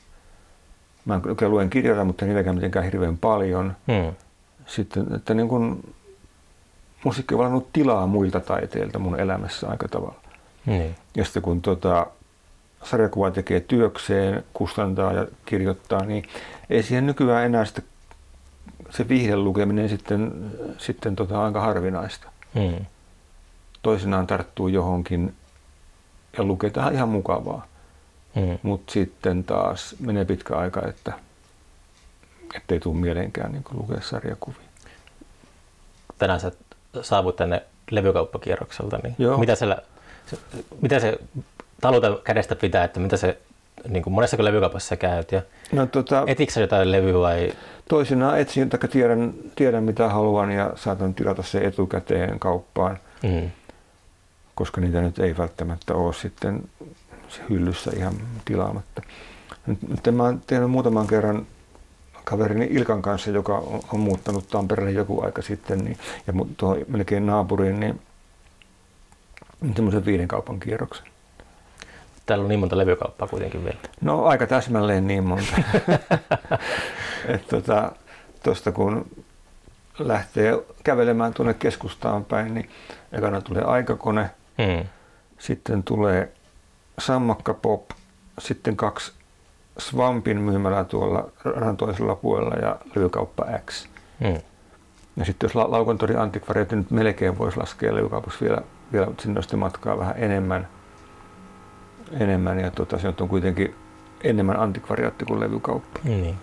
Mä en luen kirjoja, mutta niitäkään mitenkään hirveän paljon. Hmm. Sitten, että niin kuin musiikki on valinnut tilaa muilta taiteilta mun elämässä aika tavalla.
Hmm.
Ja sitten kun tota, sarjakuva tekee työkseen, kustantaa ja kirjoittaa, niin ei siihen nykyään enää sitä, se viihden lukeminen sitten, sitten tota, aika harvinaista.
Hmm.
Toisinaan tarttuu johonkin ja lukee tähän ihan mukavaa.
Hmm.
Mutta sitten taas menee pitkä aika, että ettei tule mieleenkään niin lukea sarjakuvia.
Tänään sä saavut tänne levykauppakierrokselta, niin
Joo.
mitä, siellä, se, mitä se taluta kädestä pitää, että mitä se, niin kuin monessako levykaupassa sä käyt ja
no, tota,
etitkö sä jotain levyä vai?
Toisinaan etsin, tai tiedän, tiedän mitä haluan ja saatan tilata se etukäteen kauppaan,
Hmm.
koska niitä nyt ei välttämättä ole sitten hyllyssä ihan tilaamatta. Nyt mä oon tehnyt muutaman kerran kaverini Ilkan kanssa, joka on, on muuttanut Tampereelle joku aika sitten, niin, ja tuohon melkein naapuriin, niin semmoisen viiden kaupan kierroksen.
Täällä on niin monta levykauppaa kuitenkin vielä.
No aika täsmälleen niin monta. Että tota, tosta kun lähtee kävelemään tuonne keskustaan päin, niin ekana tulee Aikakone,
Hmm.
sitten tulee Sammakka Pop, sitten kaksi Swampin myymälää tuolla radan toisella puolella ja levykauppa X.
Hmm.
Ja sitten jos Laukontori antikvariaatti nyt melkein voisi laskea levykaupassa vielä, vielä sinne on matkaa vähän enemmän. enemmän ja tota, se on kuitenkin enemmän antikvariaatti kuin levykauppa.
Niin.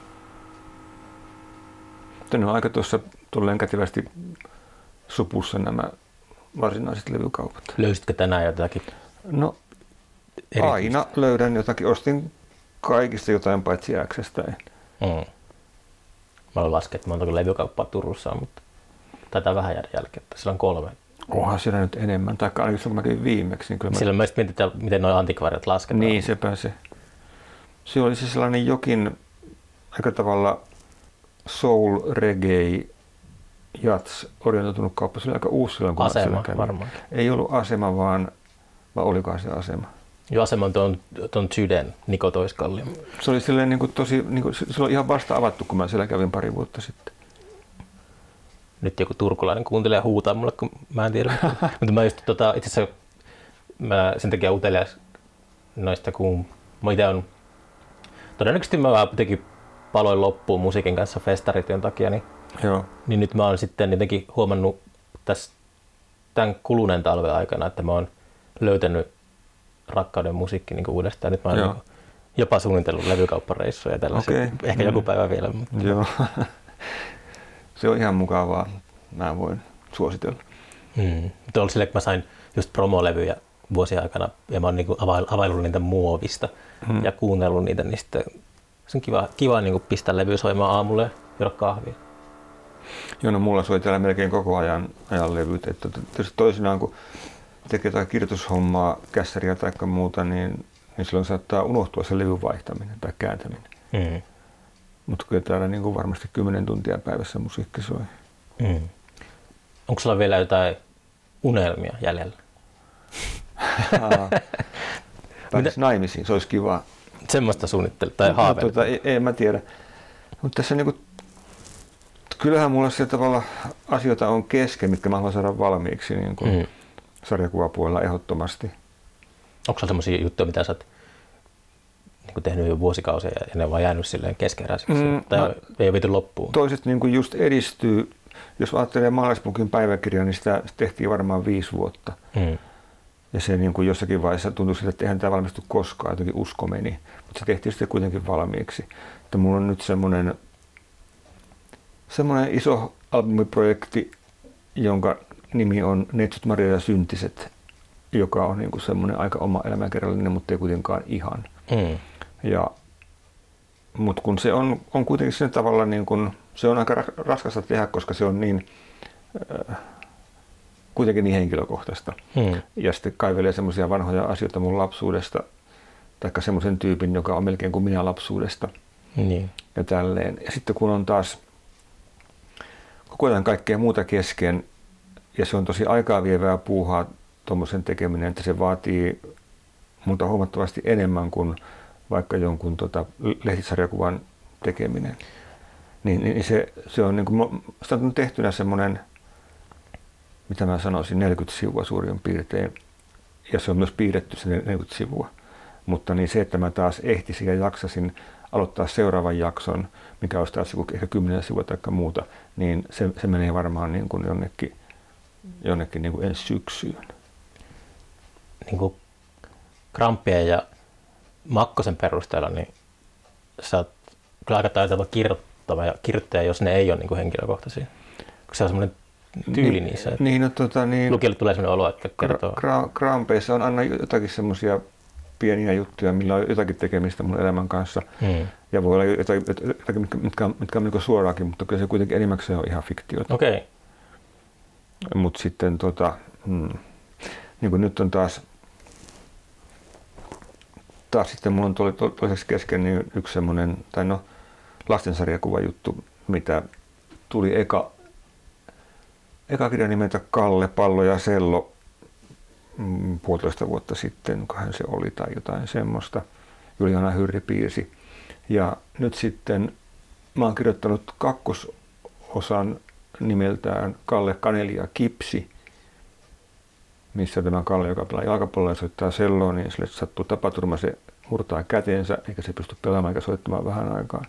Ne on aika tuossa tulleen kätevästi supussa nämä varsinaiset levykaupat.
Löysitkö tänään jotakin?
No
erityistä?
Aina löydän jotakin. Ostin kaikista jotain paitsi X:stä.
Mm. Mä olen laskenut, että montako levykauppaa Turussa on, mutta taitaa vähän jäädä jälkeen. Siellä on kolme.
Onhan siellä nyt enemmän. Tai ainakin kun mä kävin viimeksi. Niin kyllä mä...
Silloin mä sitten mietin, miten nuo antikvariat lasketaan.
Niin, sepä se. Se oli se sellainen jokin aika tavalla soul, reggae, jats orientoitunut kauppa. Se oli aika uusi silloin, kun
Asema varmaan.
Ei ollut Asema, vaan, vaan olikohan se Asema.
Joo, Asema on tuon, tuon Syden Niko Toiskallio.
Se oli silleen niin kuin tosi, niin kuin, se oli ihan vasta avattu, kun mä siellä kävin pari vuotta sitten.
Nyt joku turkulainen kuuntelee ja huutaa mulle, kun mä en tiedä. Mutta mä just tota, itse asiassa mä sen takia utelias noista, kun mä itse on todennäköisesti mä vaan jotenkin paloin loppuun musiikin kanssa festarityön takia, niin,
Joo.
niin nyt mä oon sitten jotenkin huomannut tässä tämän kuluneen talven aikana, että mä oon löytänyt rakkauden musiikki niin uudestaan. Nyt mä oon niin jopa suunnitellut levykauppareissuja ja tällaisia. Okay. Ehkä mm. joku päivä vielä. Mutta...
Joo. Se on ihan mukavaa. Mä voin suositella.
Mm. Mutta oli silleen, että mä sain just promolevyjä vuosien aikana ja mä oon niin availlut niitä muovista mm. ja kuunnellut niitä, niin sitten Se on kiva, kiva niin kuin pistää levy soimaan aamulla ja juoda kahvia.
Joo, no mulla soi täällä melkein koko ajan, ajan levyt. Että tietysti toisinaan, kun tekee jotain kirjoitushommaa, kässäriä tai muuta, niin, niin silloin saattaa unohtua se levyn vaihtaminen tai kääntäminen. Mm. Mutta kyllä täällä niin kuin varmasti kymmenen tuntia päivässä musiikki soi.
Mm. Onko sulla vielä jotain unelmia jäljellä?
Pääsis naimisiin, se olisi kiva.
Semmoista suunnittelut tai haaveilta?
No, tuota, ei, ei mä tiedä. Mutta tässä niinku, kyllähän mulla sillä tavalla asioita on kesken, mitkä mä haluan saada valmiiksi niin kuin mm. sarjakuvapuolella ehdottomasti.
Onko sulla semmoisia juttuja, mitä sä oot niin tehnyt jo vuosikausia ja ne on vaan jäänyt silleen keskeräiseksi? Mm, tai no, ei ole viety loppuun?
Toiset niin kuin just edistyy. Jos ajattelee Maalaispukin päiväkirjaa, niin sitä tehtiin varmaan viisi vuotta. Mm. Ja se niin kuin jossakin vaiheessa tuntui siltä, että eihän tämä valmistu koskaan, jotenkin usko meni. Mutta se tehtiin sitten kuitenkin valmiiksi. Että mulla on nyt semmoinen, semmoinen iso albumiprojekti, jonka nimi on Neitsyt, Maria ja Syntiset, joka on niin kuin semmoinen aika oma elämänkerrallinen, mutta ei kuitenkaan ihan. Mm. Ja, mutta kun se on, on kuitenkin sen tavalla, niin kuin, se on aika raskasta tehdä, koska se on niin... Äh, kuitenkin niin henkilökohtaista. Hmm. Ja sitten kaivelee semmoisia vanhoja asioita mun lapsuudesta, taikka semmoisen tyypin, joka on melkein kuin minä lapsuudesta. Niin. Ja tälleen. Ja sitten kun on taas koko ajan kaikkea muuta kesken, ja se on tosi aikaa vievää puuhaa tuommoisen tekeminen, että se vaatii multa huomattavasti enemmän kuin vaikka jonkun tota, lehtisarjakuvan tekeminen. Niin, niin se, se on, niin kuin, sitä on tehtynä semmoinen, mitä mä sanoisin, neljäkymmentä sivua suurin piirtein, ja se on myös piirretty se neljäkymmentä sivua. Mutta niin se, että mä taas ehtisin ja jaksasin aloittaa seuraavan jakson, mikä olisi taas ehkä kymmenen sivua tai muuta, niin se, se menee varmaan niin kuin jonnekin, jonnekin niin kuin ensi syksyyn.
Niin kuin Kramppien ja Makkosen perusteella, niin sä oot kyllä aika taitava kirjoittava ja kirjoittaja, jos ne ei ole niin kuin henkilökohtaisia. Koska se on semmoinen tyyli niin, niissä.
Niin, no, tota, niin,
lukijalle tulee sellainen olo, että kertoo.
Gra- Krampeissa on aina jotakin semmoisia pieniä juttuja, millä on jotakin tekemistä mun elämän kanssa. Hmm. Ja voi olla jotakin, jotakin mitkä, mitkä on, mitkä on niin suoraakin, mutta kyllä se kuitenkin enimmäkseen on ihan fiktiota.
Okei. Okay.
Mutta sitten tota, hmm, niin kuin nyt on taas, taas sitten mulla on to, to, toiseksi kesken niin yksi semmoinen, tai no lastensarjakuva juttu, mitä tuli eka Eka kirja nimeltä Kalle, Pallo ja Sello mm, puolitoista vuotta sitten, kohan se oli tai jotain semmoista. Juliana Hyrri piirsi. Ja nyt sitten mä oon kirjoittanut kakkososan nimeltään Kalle, Kaneli ja Kipsi, missä tämä Kalle, joka pelaa jalkapalloa ja soittaa selloa, niin sille sattuu tapaturma, se murtaa käteensä eikä se pysty pelaamaan eikä soittamaan vähän aikaa.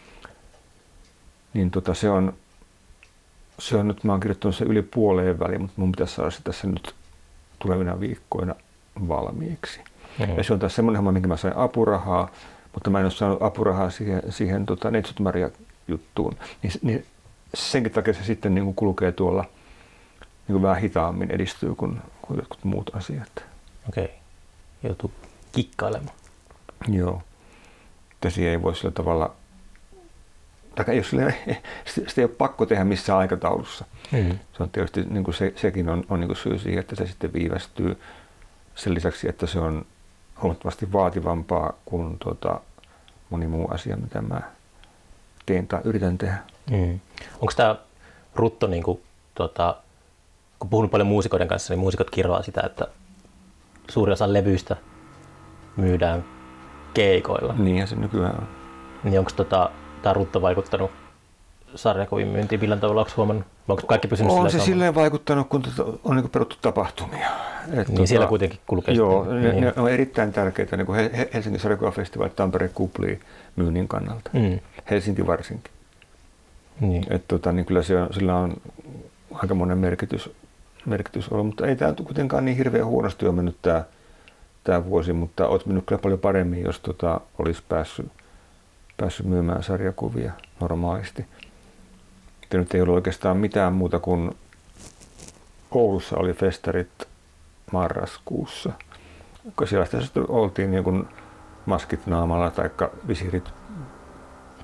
Niin tota, se on Se on nyt, mä oon kirjoittanut sen yli puoleen väliin, mutta mun pitäisi saada se tässä nyt tulevina viikkoina valmiiksi. Mm-hmm. Ja se on taas semmoinen homma, minkä mä sain apurahaa, mutta mä en ole saanut apurahaa siihen, siihen tota, Neitsyt Maria juttuun. Niin, niin senkin takia se sitten niin kuin kulkee tuolla niin kuin vähän hitaammin edistyy kuin, kuin jotkut muut asiat.
Okei, okay. Joutuu kikkailemaan.
Joo, että siihen ei voi sillä tavalla... Tai jos sitä ei ole pakko tehdä missään aikataulussa. Mm-hmm. Se on tietysti, niin kuin se, sekin on, on niin kuin syy siihen, että se sitten viivästyy sen lisäksi, että se on huomattavasti vaativampaa kuin tota, moni muu asia, mitä mä teen tai yritän tehdä.
Mm. Onko tämä rutto, niin kuin, tota, kun puhun paljon muusikoiden kanssa, niin muusikot kirjoaa sitä, että suuri osa levyistä myydään keikoilla.
Niinhän se nykyään on.
Niin onko tota, tämä rutto vaikuttanut sarjakuvien myyntiin millään tavalla? Onko huomannut? Onko kaikki pysynyt
on se
samalla?
silleen vaikuttanut, kun on niin peruttu tapahtumia.
Et niin tota, siellä kuitenkin kulkee.
Joo, ne, niin. ne on erittäin tärkeitä niin kuin Helsingin sarjakuvafestivaali, Tampere Kupli myynnin kannalta. Mm. Helsinki varsinkin. Niin. Et tota, niin kyllä se on, sillä on aika monen merkitys, merkitys ollut, mutta ei tämä kuitenkaan niin hirveän huonosti ole mennyt tämä, tämä vuosi, mutta olisi mennyt kyllä paljon paremmin, jos tota, olisi päässyt päässyt myymään sarjakuvia normaalisti. Ja nyt ei ollut oikeastaan mitään muuta kuin Oulussa oli festarit marraskuussa. Kun siellä sitten oltiin niin kuin maskit naamalla tai visiirit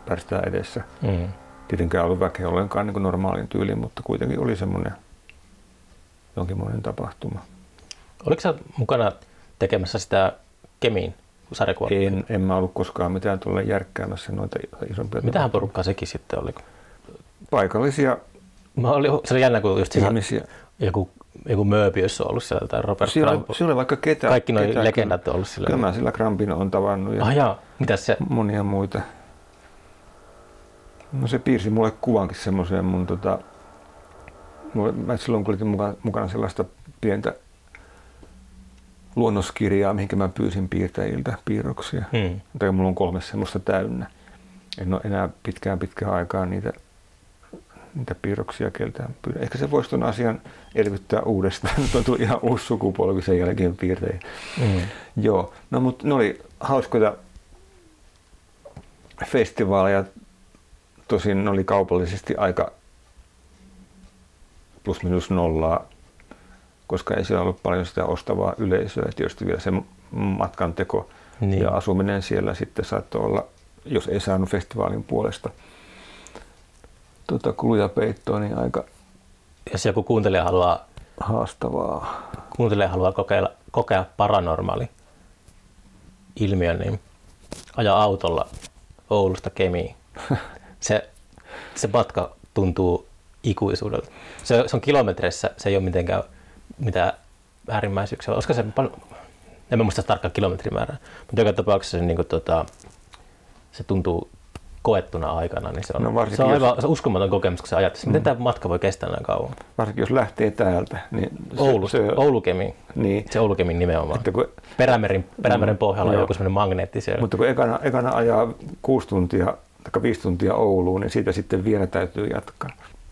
pärstää edessä.
Mm.
Tietenkään ollut väkeä ollenkaan niin kuin normaalin tyyliin, mutta kuitenkin oli semmoinen jonkinmoinen tapahtuma.
Oliko sä mukana tekemässä sitä Kemin sarjakuvaa?
En, en mä ollut koskaan mitään tuolla järkkäämässä noita isompia.
Mitähän porukkaa sekin sitten oli?
Paikallisia
Mä oli, se oli jännä, kun just
ihmisiä.
Joku, joku Möbius on ollut siellä tai Robert
Siellä,
Crumb.
siellä oli vaikka ketä.
Kaikki nuo
ketä,
legendat on ollut siellä.
Kyllä mä sillä Crumbin on tavannut ja
ah, jaa. Mitäs se?
monia muita. No se piirsi mulle kuvankin semmoiseen mun tota, mä silloin kun olin mukana, mukana sellaista pientä luonnoskirjaa, mihinkä mä pyysin piirtäjiltä piirroksia.
Hmm.
Tai mulla on kolme semmoista täynnä. En ole enää pitkään pitkään aikaa niitä, niitä piirroksia keltään pyydä. Ehkä se voisi tuon asian elvyttää uudestaan. Tuo tuli ihan uusi sukupolvi sen jälkeen piirtäjiä.
Hmm.
Joo, no mutta ne oli hauskoja festivaaleja. Tosin ne oli kaupallisesti aika plus minus nollaa, koska ei siellä ollut paljon sitä ostavaa yleisöä. Tietysti vielä se matkanteko niin. Ja asuminen siellä sitten saattoi olla, jos ei saanut festivaalin puolesta tuota kuluja peittoa, niin aika
jos joku kuuntelija haluaa,
haastavaa.
Kuuntelija haluaa kokeilla, kokea paranormaali ilmiön, niin aja autolla Oulusta Kemiin. Se, se matka tuntuu ikuisuudelta. Se, se on kilometreissä, se ei ole mitenkään mitään äärimmäisyyksiä. Olisiko se paljon, en mä muista tarkkaan kilometrimäärää, mutta joka tapauksessa se, niin kuin, tota, se tuntuu koettuna aikana, niin se on, no se on aivan jos, uskomaton kokemus, kun sä ajattelet, miten mm. tämä matka voi kestää näin kauan.
Varsinkin jos lähtee täältä. Niin
Oulusta, se, Oulu-Kemiin, niin, se Oulu-Kemiin nimenomaan. Kun, Perämeren, Perämeren pohjalla on joku sellainen magneetti siellä.
Mutta kun ekana, ekana ajaa kuusi tuntia tai viisi tuntia Ouluun, niin siitä sitten vielä täytyy jatkaa.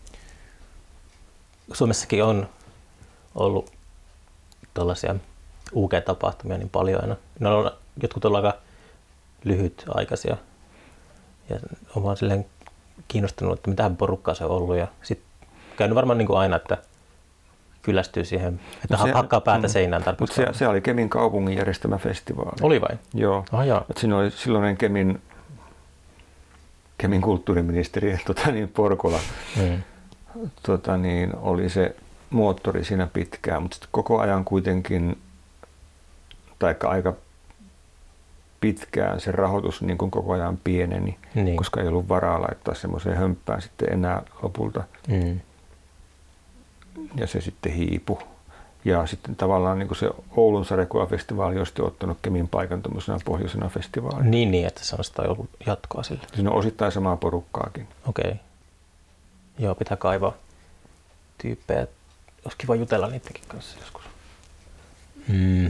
Suomessakin
on ollut tällaisia U G-tapahtumia niin paljon aina. Ne on jotkut ovat aika lyhytaikaisia. Ja olen vaan silleen kiinnostunut, että mitähän porukkaa se on ollut. Ja sitten käynyt varmaan niin kuin aina, että kyllästyy siihen, että no se, hakkaa päätä seinään tarpeeksi.
Mutta se, se oli Kemin kaupungin järjestämä festivaali.
Oli vai?
Joo.
Ah, jaa.
Siinä oli silloinen Kemin, Kemin kulttuuriministeri tota niin, Porkola. Hmm. Tota niin, oli se moottori siinä pitkään, mutta sitten koko ajan kuitenkin, tai aika pitkään se rahoitus niin kuin koko ajan pieneni, niin. Koska ei ollut varaa laittaa semmoiseen hömppään sitten enää lopulta. Mm. Ja se sitten hiipui. Ja sitten tavallaan niin kuin se Oulun sarjakuvafestivaali on sitten ottanut Kemin paikan tuommoisena pohjoisena festivaalina.
Niin, niin, että se on sitä ollut jatkoa sille.
Siinä on osittain samaa porukkaakin.
Okei. Okay. Joo, pitää kaivaa tyyppejä. Olisi kiva jutella niidenkin kanssa joskus. Mm.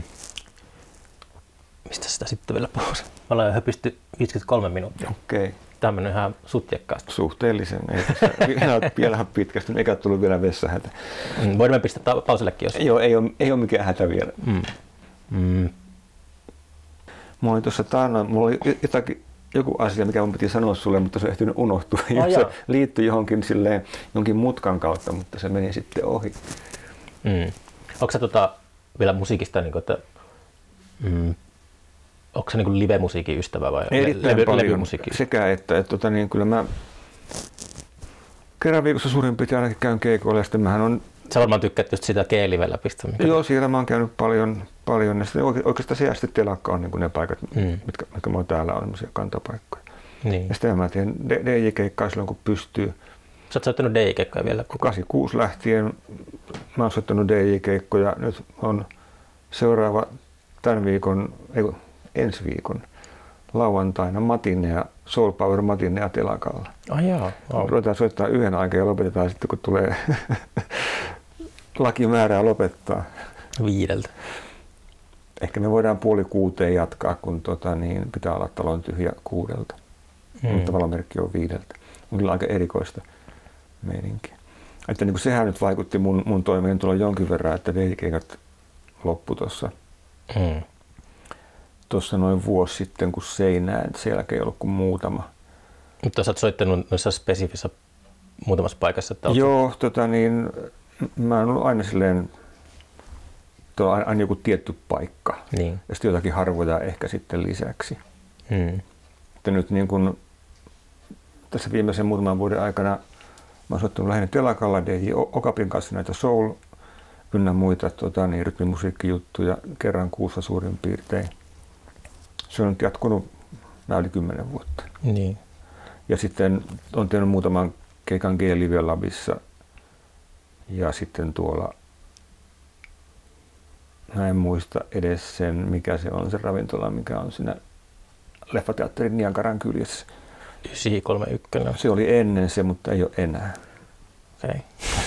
Mistä sitä sitten vielä puhuu? Me ollaan jo höpisty viisikymmentäkolme minuuttia.
Okei. Okay.
Tämmöinen ihan sutjekkaasti.
Suhteellisen. Ei tässä vielä pitkästi, eikä tullut vielä vessahätä.
Mm, voimme pistää pausillekin, jos...
Joo, ei ole, ei ole mikään hätä vielä. Mm. Mm. Mulla oli tuossa taannoin, mulla oli jotakin, joku asia, mikä mun piti sanoa sulle, mutta se on ehtinyt unohtua. Oh, se liittyi johonkin silleen, jonkin mutkan kautta, mutta se meni sitten ohi.
Mm. Onko sä tota, vielä musiikista, niin kuin, että... Mm. Onko se niin live-musiikin ystävä vai
erittäin
levy,
paljon
levymusiikki?
Sekä että, että tota niin, kyllä mä kerran viikossa suurin piirtein ainakin käyn keikoilla ja sitten mähän on...
Sä varmaan tykkäät just sitä G-livellä pistämistä.
Joo, siellä mä oon käynyt paljon, paljon ja sitten oikeastaan se sitten telakka on niin kuin ne paikat, mm. mitkä, mitkä mulla täällä on, semmoisia kantapaikkoja. Niin. Ja sitten mä teen D J-keikkaa silloin kun pystyy.
Sä oot soittanut D J-keikkoja vielä?
kahdeksankymmentäkuusi lähtien mä oon soittanut D J-keikkoja, nyt on seuraava tämän viikon, ei, ensi viikon lauantaina matinea, Soul Power matinea telakalla.
Ah jaa, wow.
Ruvetaan soittaa yhden aikaa ja lopetetaan sitten, kun tulee laki määrää lopettaa.
Viideltä.
Ehkä me voidaan puoli kuuteen jatkaa, kun tota, niin pitää olla talon tyhjä kuudelta. Hmm. Mutta valomerkki on viideltä. On kyllä aika erikoista meininkiä. Että niin kuin sehän nyt vaikutti mun, mun toimeentuloon jonkin verran, että D J-keikat loppu tuossa. Hmm. Tuossa noin vuosi sitten, kun seinään, sen jälkeen ei ollut kuin muutama.
Mutta sä oot soittanut noissa spesifissä muutamassa paikassa? Että
joo, tota niin, mä oon ollut aina silleen, tuo on aina joku tietty paikka. Niin. Ja sitten jotakin harvoja ehkä sitten lisäksi. Hmm. Että nyt niin kun tässä viimeisen muutaman vuoden aikana mä oon soittanut lähinnä telakalla D J Okapin kanssa näitä soul ynnä muita tota, niin, rytmimusiikkijuttuja kerran kuussa suurin piirtein. Se on nyt jatkunut mä yli kymmenen vuotta.
Niin.
Ja sitten on tehnyt muutaman keikan G-Live Labissa ja sitten tuolla, mä en muista edes sen, mikä se on se ravintola, mikä on siinä Leffateatterin Niagaran kyljessä.
yhdeksän kolme yksi.
Se oli ennen se, mutta ei ole enää.
Okay.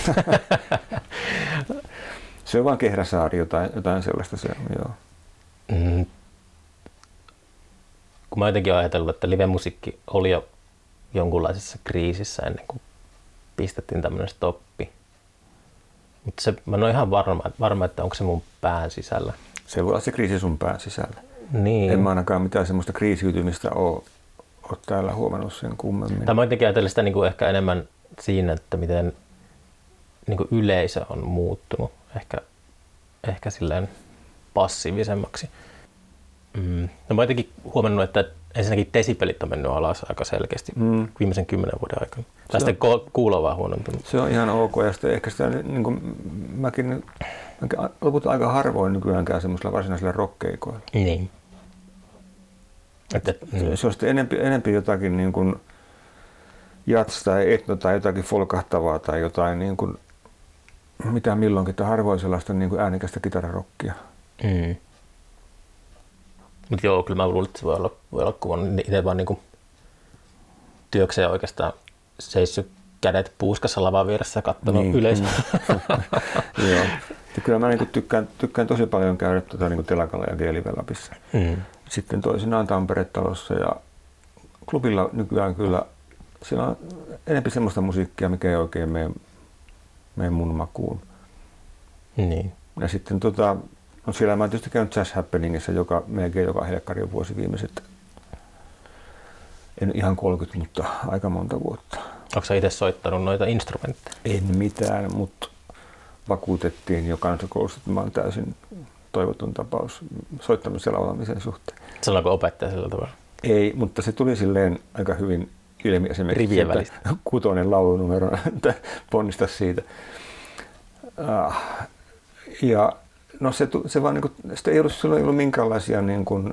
Se on vaan Kehräsaari, jotain, jotain sellaista se on, joo.
Mm. Kun mä jotenkin olen ajatellut, että live-musiikki oli jo jonkunlaisessa kriisissä ennen kuin pistettiin tämmöinen stoppi. Mutta se, mä en ole ihan varma, varma, että onko se mun pään sisällä.
Se voi olla se kriisi sun pään sisällä.
Niin.
En mä ainakaan mitään semmoista kriisiytymistä ole, ole täällä huomannut sen kummemmin.
Tai mä jotenkin ajattelin sitä niin kuin ehkä enemmän siinä, että miten niin kuin yleisö on muuttunut ehkä, ehkä silleen passiivisemmaksi. Mm. No mä oon jotenkin huomannut, että ensinnäkin desibelit on mennyt alas aika selkeästi mm. viimeisen kymmenen vuoden aikana. Tai sitten kuulo on vaan huonontunut.
Se on ihan ok. Ja sitten ehkä sitä, niin kuin mäkin, mäkin lopulta aika harvoin nykyäänkään semmoisilla varsinaisilla rockkeikoilla.
Niin. Että,
mm. Se on sitten enempi, enempi jotakin niin kuin jats tai etno tai jotakin folkahtavaa tai jotain niin kuin, mitä milloinkin, tai harvoin sellaista niin kuin äänikästä kitararokkia.
Mm. Mutta joo, kyllä mä luulen, että se voi olla, voi olla kun on itse vaan niinku työkseen oikeastaan seissyt kädet puuskassa lavan vieressä ja katsonut niin, yleisöä.
Mm. Joo. Ja kyllä mä niinku tykkään, tykkään tosi paljon käydä tuota niinku telakalla ja G-Live Labissa. Mm. Sitten toisinaan Tampere-talossa ja klubilla nykyään kyllä siellä on enemmän semmoista musiikkia, mikä ei oikein mene, mene mun makuun.
Niin.
Ja sitten tota, no siellä mä oon tietysti käynyt Jazz Happeningissä joka, melkein joka helkkarin vuosi viimeiset, en ihan kolmekymmentä, mutta aika monta vuotta.
Onko sä itse soittanut noita instrumentteja?
En mitään, mutta vakuutettiin jo kansakoulussa, että mä oon täysin toivoton tapaus soittamisen ja laulamisen suhteen.
Sanoiko opettaja sillä tavalla?
Ei, mutta se tuli silleen aika hyvin ilmi esimerkiksi.
Rivien välistä.
Kutonen laulunumero, ponnista siitä. Uh, ja no se, se vaan niinku, sitä ei ollut, silloin ei ollut minkäänlaisia niin kuin,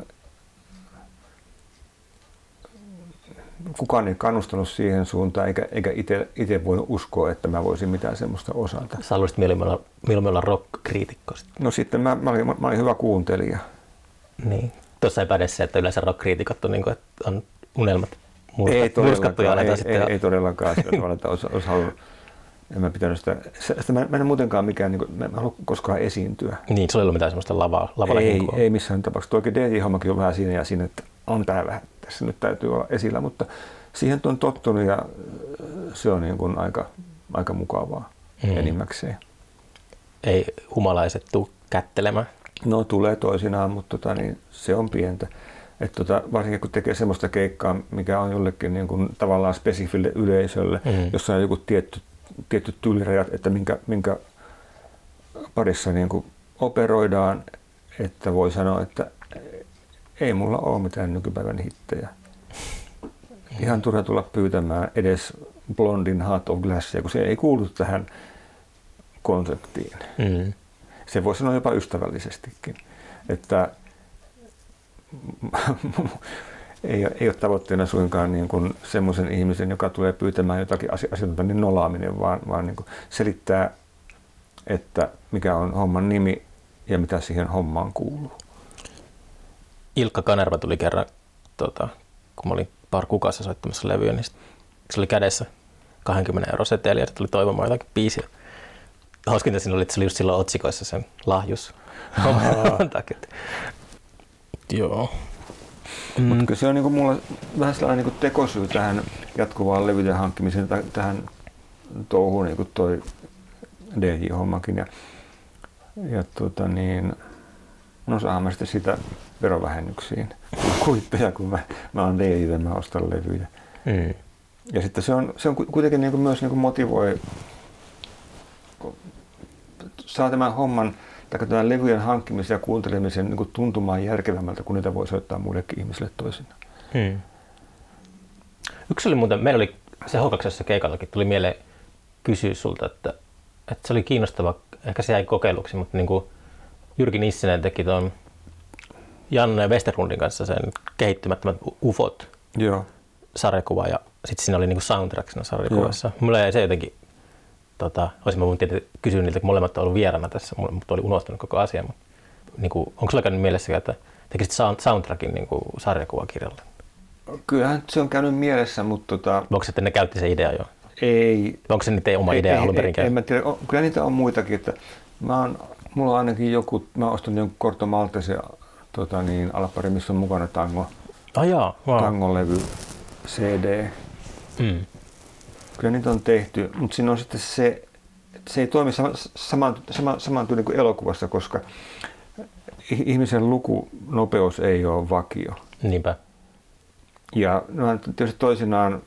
kukaan ei kannustanut siihen suuntaan, eikä, eikä itse voinut uskoa, että mä voisin mitään semmoista osata.
Sä haluaisit mieluummin olla, mieluummin olla rock-kriitikko?
No sitten mä, mä, olin, mä olin hyvä kuuntelija.
Niin. Tuossa ei päde se, että yleensä rock-kriitikot on, niin kuin, että on unelmat murska, murskattuja.
Ei, ei,
sitten
ei, ei todellakaan. Että olisi, olisi halunnut, en mä pitänyt sitä. sitä mä, mä en muutenkaan mikään, niin kuin, mä en halua koskaan esiintyä.
Niin, sulla ei ollut mitään semmoista lava, lavalla
ei,
hinkua.
Ei missään tapauksessa. Tuo D J-hommakin on vähän siinä ja siinä, että on tää vähän. Tässä nyt täytyy olla esillä, mutta siihen on tottunut ja se on niin kuin aika, aika mukavaa mm. enimmäkseen.
Ei humalaiset tuu kättelemään?
No tulee toisinaan, mutta tota, niin, se on pientä. Et tota, varsinkin kun tekee semmoista keikkaa, mikä on jollekin niin kuin, tavallaan spesifille yleisölle, mm. jossa on joku tietty, tietty tyylirajat, että minkä, minkä parissa niin kuin operoidaan, että voi sanoa, että ei mulla ole mitään nykypäivän hittejä. Ihan turha tulla pyytämään edes Blondin Heart of Glassia, kun se ei kuulu tähän konseptiin. Mm. Se voi sanoa jopa ystävällisestikin, että ei, ei ole tavoitteena suinkaan niin kuin semmoisen ihmisen, joka tulee pyytämään jotakin asioita, niin nolaaminen, vaan, vaan niin kuin selittää, että mikä on homman nimi ja mitä siihen hommaan kuuluu.
Ilkka Kanerva tuli kerran, tota, kun mä olin Parkukassa soittamassa levyä, niin se oli kädessä kaksikymmentä euro seteli ja se tuli toivomaan jotakin biisiä. Hauskinta siinä oli, että se oli just silloin otsikoissa sen lahjus. Joo.
Mm. Mutta se on niinku mulla vähän sellainen niinku tekosyy tähän jatkuvaan levyjen hankkimiseen, tähän touhuun, niin kuin toi D J-hommakin. Ja, ja tota niin, no saahan mä sitten sitä verovähennyksiin kuitteja, kun mä, mä oon D J, mä ostan levyjä. Mm. Ja sitten se on, se on kuitenkin niinku myös niinku motivoi, saa tämän homman, tai tämän levyjen hankkimisen ja kuuntelemisen niin kuin tuntumaan järkevämmältä, kun niitä voi soittaa muillekin ihmisille toisinaan. Hmm.
Yksi oli muuten, meillä oli se H kaksi keikallakin tuli mieleen kysyä sulta, että, että se oli kiinnostava, ehkä se jäi kokeiluksi, mutta niin kuin Jyrki Nissinen teki tuon Janne Westerlundin kanssa sen kehittymättömät U F Ot
Joo.
sarjakuva ja sitten siinä oli niin kuin soundtrack siinä sarjakuvassa. Mulla jäi se jotenkin, tota, olisin mä voinut tietysti kysyä niiltä, kun molemmat on ollut vieraana tässä, mutta oli unohtanut koko asia. Mutta, niin kuin, onko sulla käynyt mielessä, että tekisit soundtrackin niin kuin sarjakuvakirjalle?
Kyllähän se on käynyt mielessä, mutta... Tota,
onko se, että ne käytti se idea jo?
Ei.
Onko se niiden oma idea alun perin?
En mä tiedä. Kyllä niitä on muitakin. Että mä oon, mulla on ainakin joku, mä ostan jonkun Corto Maltese tota niin, alppari, missä on mukana tango.
Ah, jaa, wow.
Tangolevy, C D.
Mm.
Kyllä niitä on tehty, mutta siinä on sitten se, se ei toimi sama, saman, sama, saman tyyliin kuin elokuvassa, koska ihmisen lukunopeus ei ole vakio.
Niinpä.
Ja no, tietysti toisinaan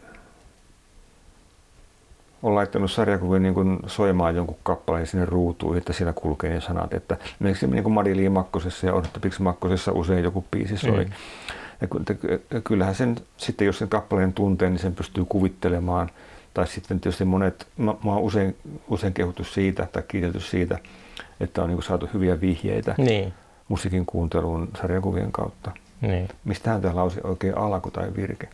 on laittanut sarjakuvia niin kuin soimaan jonkun kappaleen sinne ruutuun, että siinä kulkee ne sanat. Että esimerkiksi niin kuin Madiliin Makkosessa ja Odottapiksi Makkosessa usein joku biisi soi. Mm. Ja kyllähän sen sitten, jos sen kappaleen tuntee, niin sen pystyy kuvittelemaan. Tai sitten tietysti monet, mä, mä oon usein, usein kehuttu siitä tai kiitelty siitä, että on niin kuin saatu hyviä vihjeitä niin. musiikin kuunteluun sarjakuvien kautta. Niin. Mistähän tämä lause oikein alku tai virke?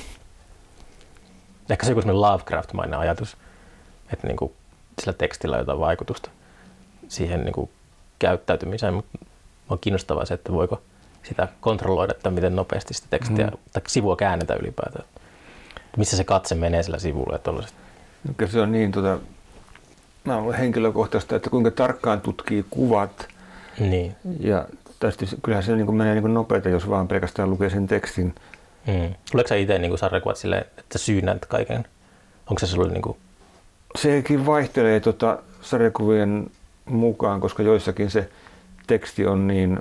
Ehkä se on joku Lovecraft-mainen ajatus, että niinku sillä tekstillä on jotain vaikutusta siihen niinku käyttäytymiseen, mutta on kiinnostavaa se, että voiko sitä kontrolloida, että miten nopeasti sitä tekstiä mm. tai sivua käännetään ylipäätään. Missä se katse menee sillä sivulla.
Ja se on niin, tota, mä olen henkilökohtaista, että kuinka tarkkaan tutkii kuvat.
Niin.
Ja tästä, kyllähän se niin kuin menee niin kuin nopeita, jos vaan pelkästään lukee sen tekstin.
Mm. Luetko sä itse niin sarjakuvat silleen, että sä syynät kaiken? Onko se sulle niin kuin...
Sekin vaihtelee tota, sarjakuvien mukaan, koska joissakin se teksti on niin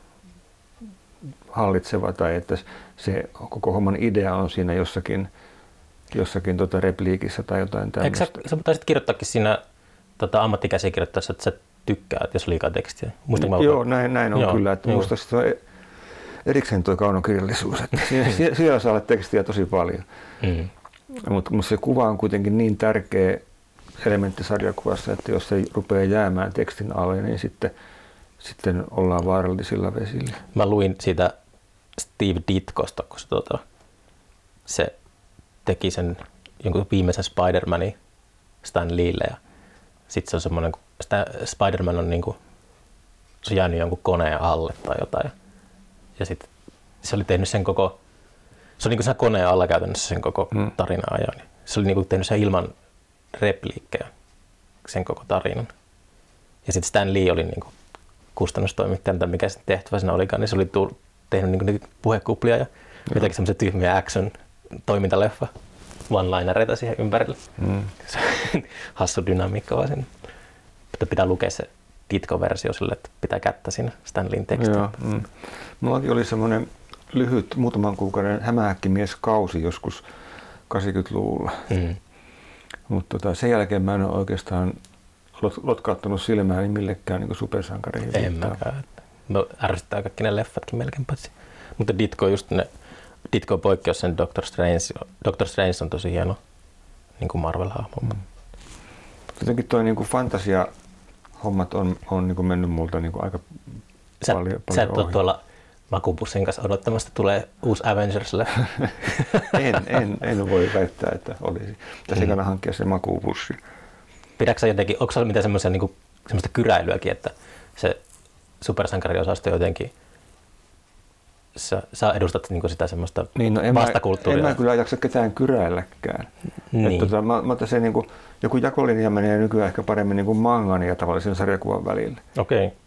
hallitseva tai että se koko homman idea on siinä jossakin, jossakin tota repliikissä tai jotain tämmöistä.
Eikö sä, sä taisit kirjoittaakin siinä tota, ammattikäsikirjoittaessa, että sä tykkäät, jos liikaa tekstiä?
Muistatko Joo, näin, näin on joo, kyllä. Että musta se on erikseen tuo kaunokirjallisuus. Että siellä, siellä saa olla tekstiä tosi paljon. Mm. Mutta mut se kuva on kuitenkin niin tärkeä elementti sarjakuvassa, että jos se rupeaa jäämään tekstin alle, niin sitten, sitten ollaan vaarallisilla vesillä.
Mä luin siitä Steve Ditkosta, kun se, tuota, se teki sen jonkun viimeisen Spider-Manin Stan Leelle. Ja sitten se on semmoinen, kun Spider-Man on, niinku, se on jäänyt jonkun koneen alle tai jotain. Ja sitten se oli tehnyt sen koko, se oli niinku sen koneen alla käytännössä sen koko hmm. tarinan ajan. Se oli niinku tehnyt sen ilman repliikkejä, sen koko tarinan. Ja sitten Stan Lee oli niinku kustannustoimittajana, mikä sitten tehtävä siinä olikaan, niin se oli tull, tehnyt niinku puhekuplia ja jotakin semmoisia tyhmiä action toimintaleffa one-linereita siihen ympärille. Hmm. Hassu dynamiikka vaan sinne. Mutta pitää lukea se Ditko-versio sille, että pitää kättä siinä Stan Leen tekstiä.
Mm. Mullakin oli semmoinen lyhyt muutaman kuukauden hämähäkkimieskausi joskus kahdeksankymmentäluvulla. Mm. Mutta tota, sen jälkeen mä en ole oikeastaan lotkauttanut silmääni millekään niin supersankareihin.
En mäkään. No, ärsyttää kaikki ne leffatkin melkein paitsi. Mutta Ditko just ne, Ditko poikkeus sen Doctor Strange. Doctor Strange on tosi hieno niin kuin Marvel-hahmo. Mm.
Jotenkin toi niin kuin fantasia hommat on, on niin kuin mennyt multa niin kuin aika
sä,
paljon,
sä
paljon
et ole tuolla makupussin kanssa odottamasta, tulee uusi Avengers-leffa.
en, en, en voi väittää, että olisi. Tässä mm. kannata hankkia se makupussi.
Pidätkö sä jotenkin, onko se mitään semmoisia, niin kuin, semmoista kyräilyäkin, että se supersankariosasto jotenkin, sä, sä edustat niin kuin sitä semmoista
niin, no en
vastakulttuuria?
Mä, en mä kyllä jaksa ketään kyräilläkään. Niin. Tota, mä, mä se, niin kuin, joku jakolinja menee nykyään ehkä paremmin niin kuin mangan ja tavallisen sarjakuvan välillä.
Okei. Okay.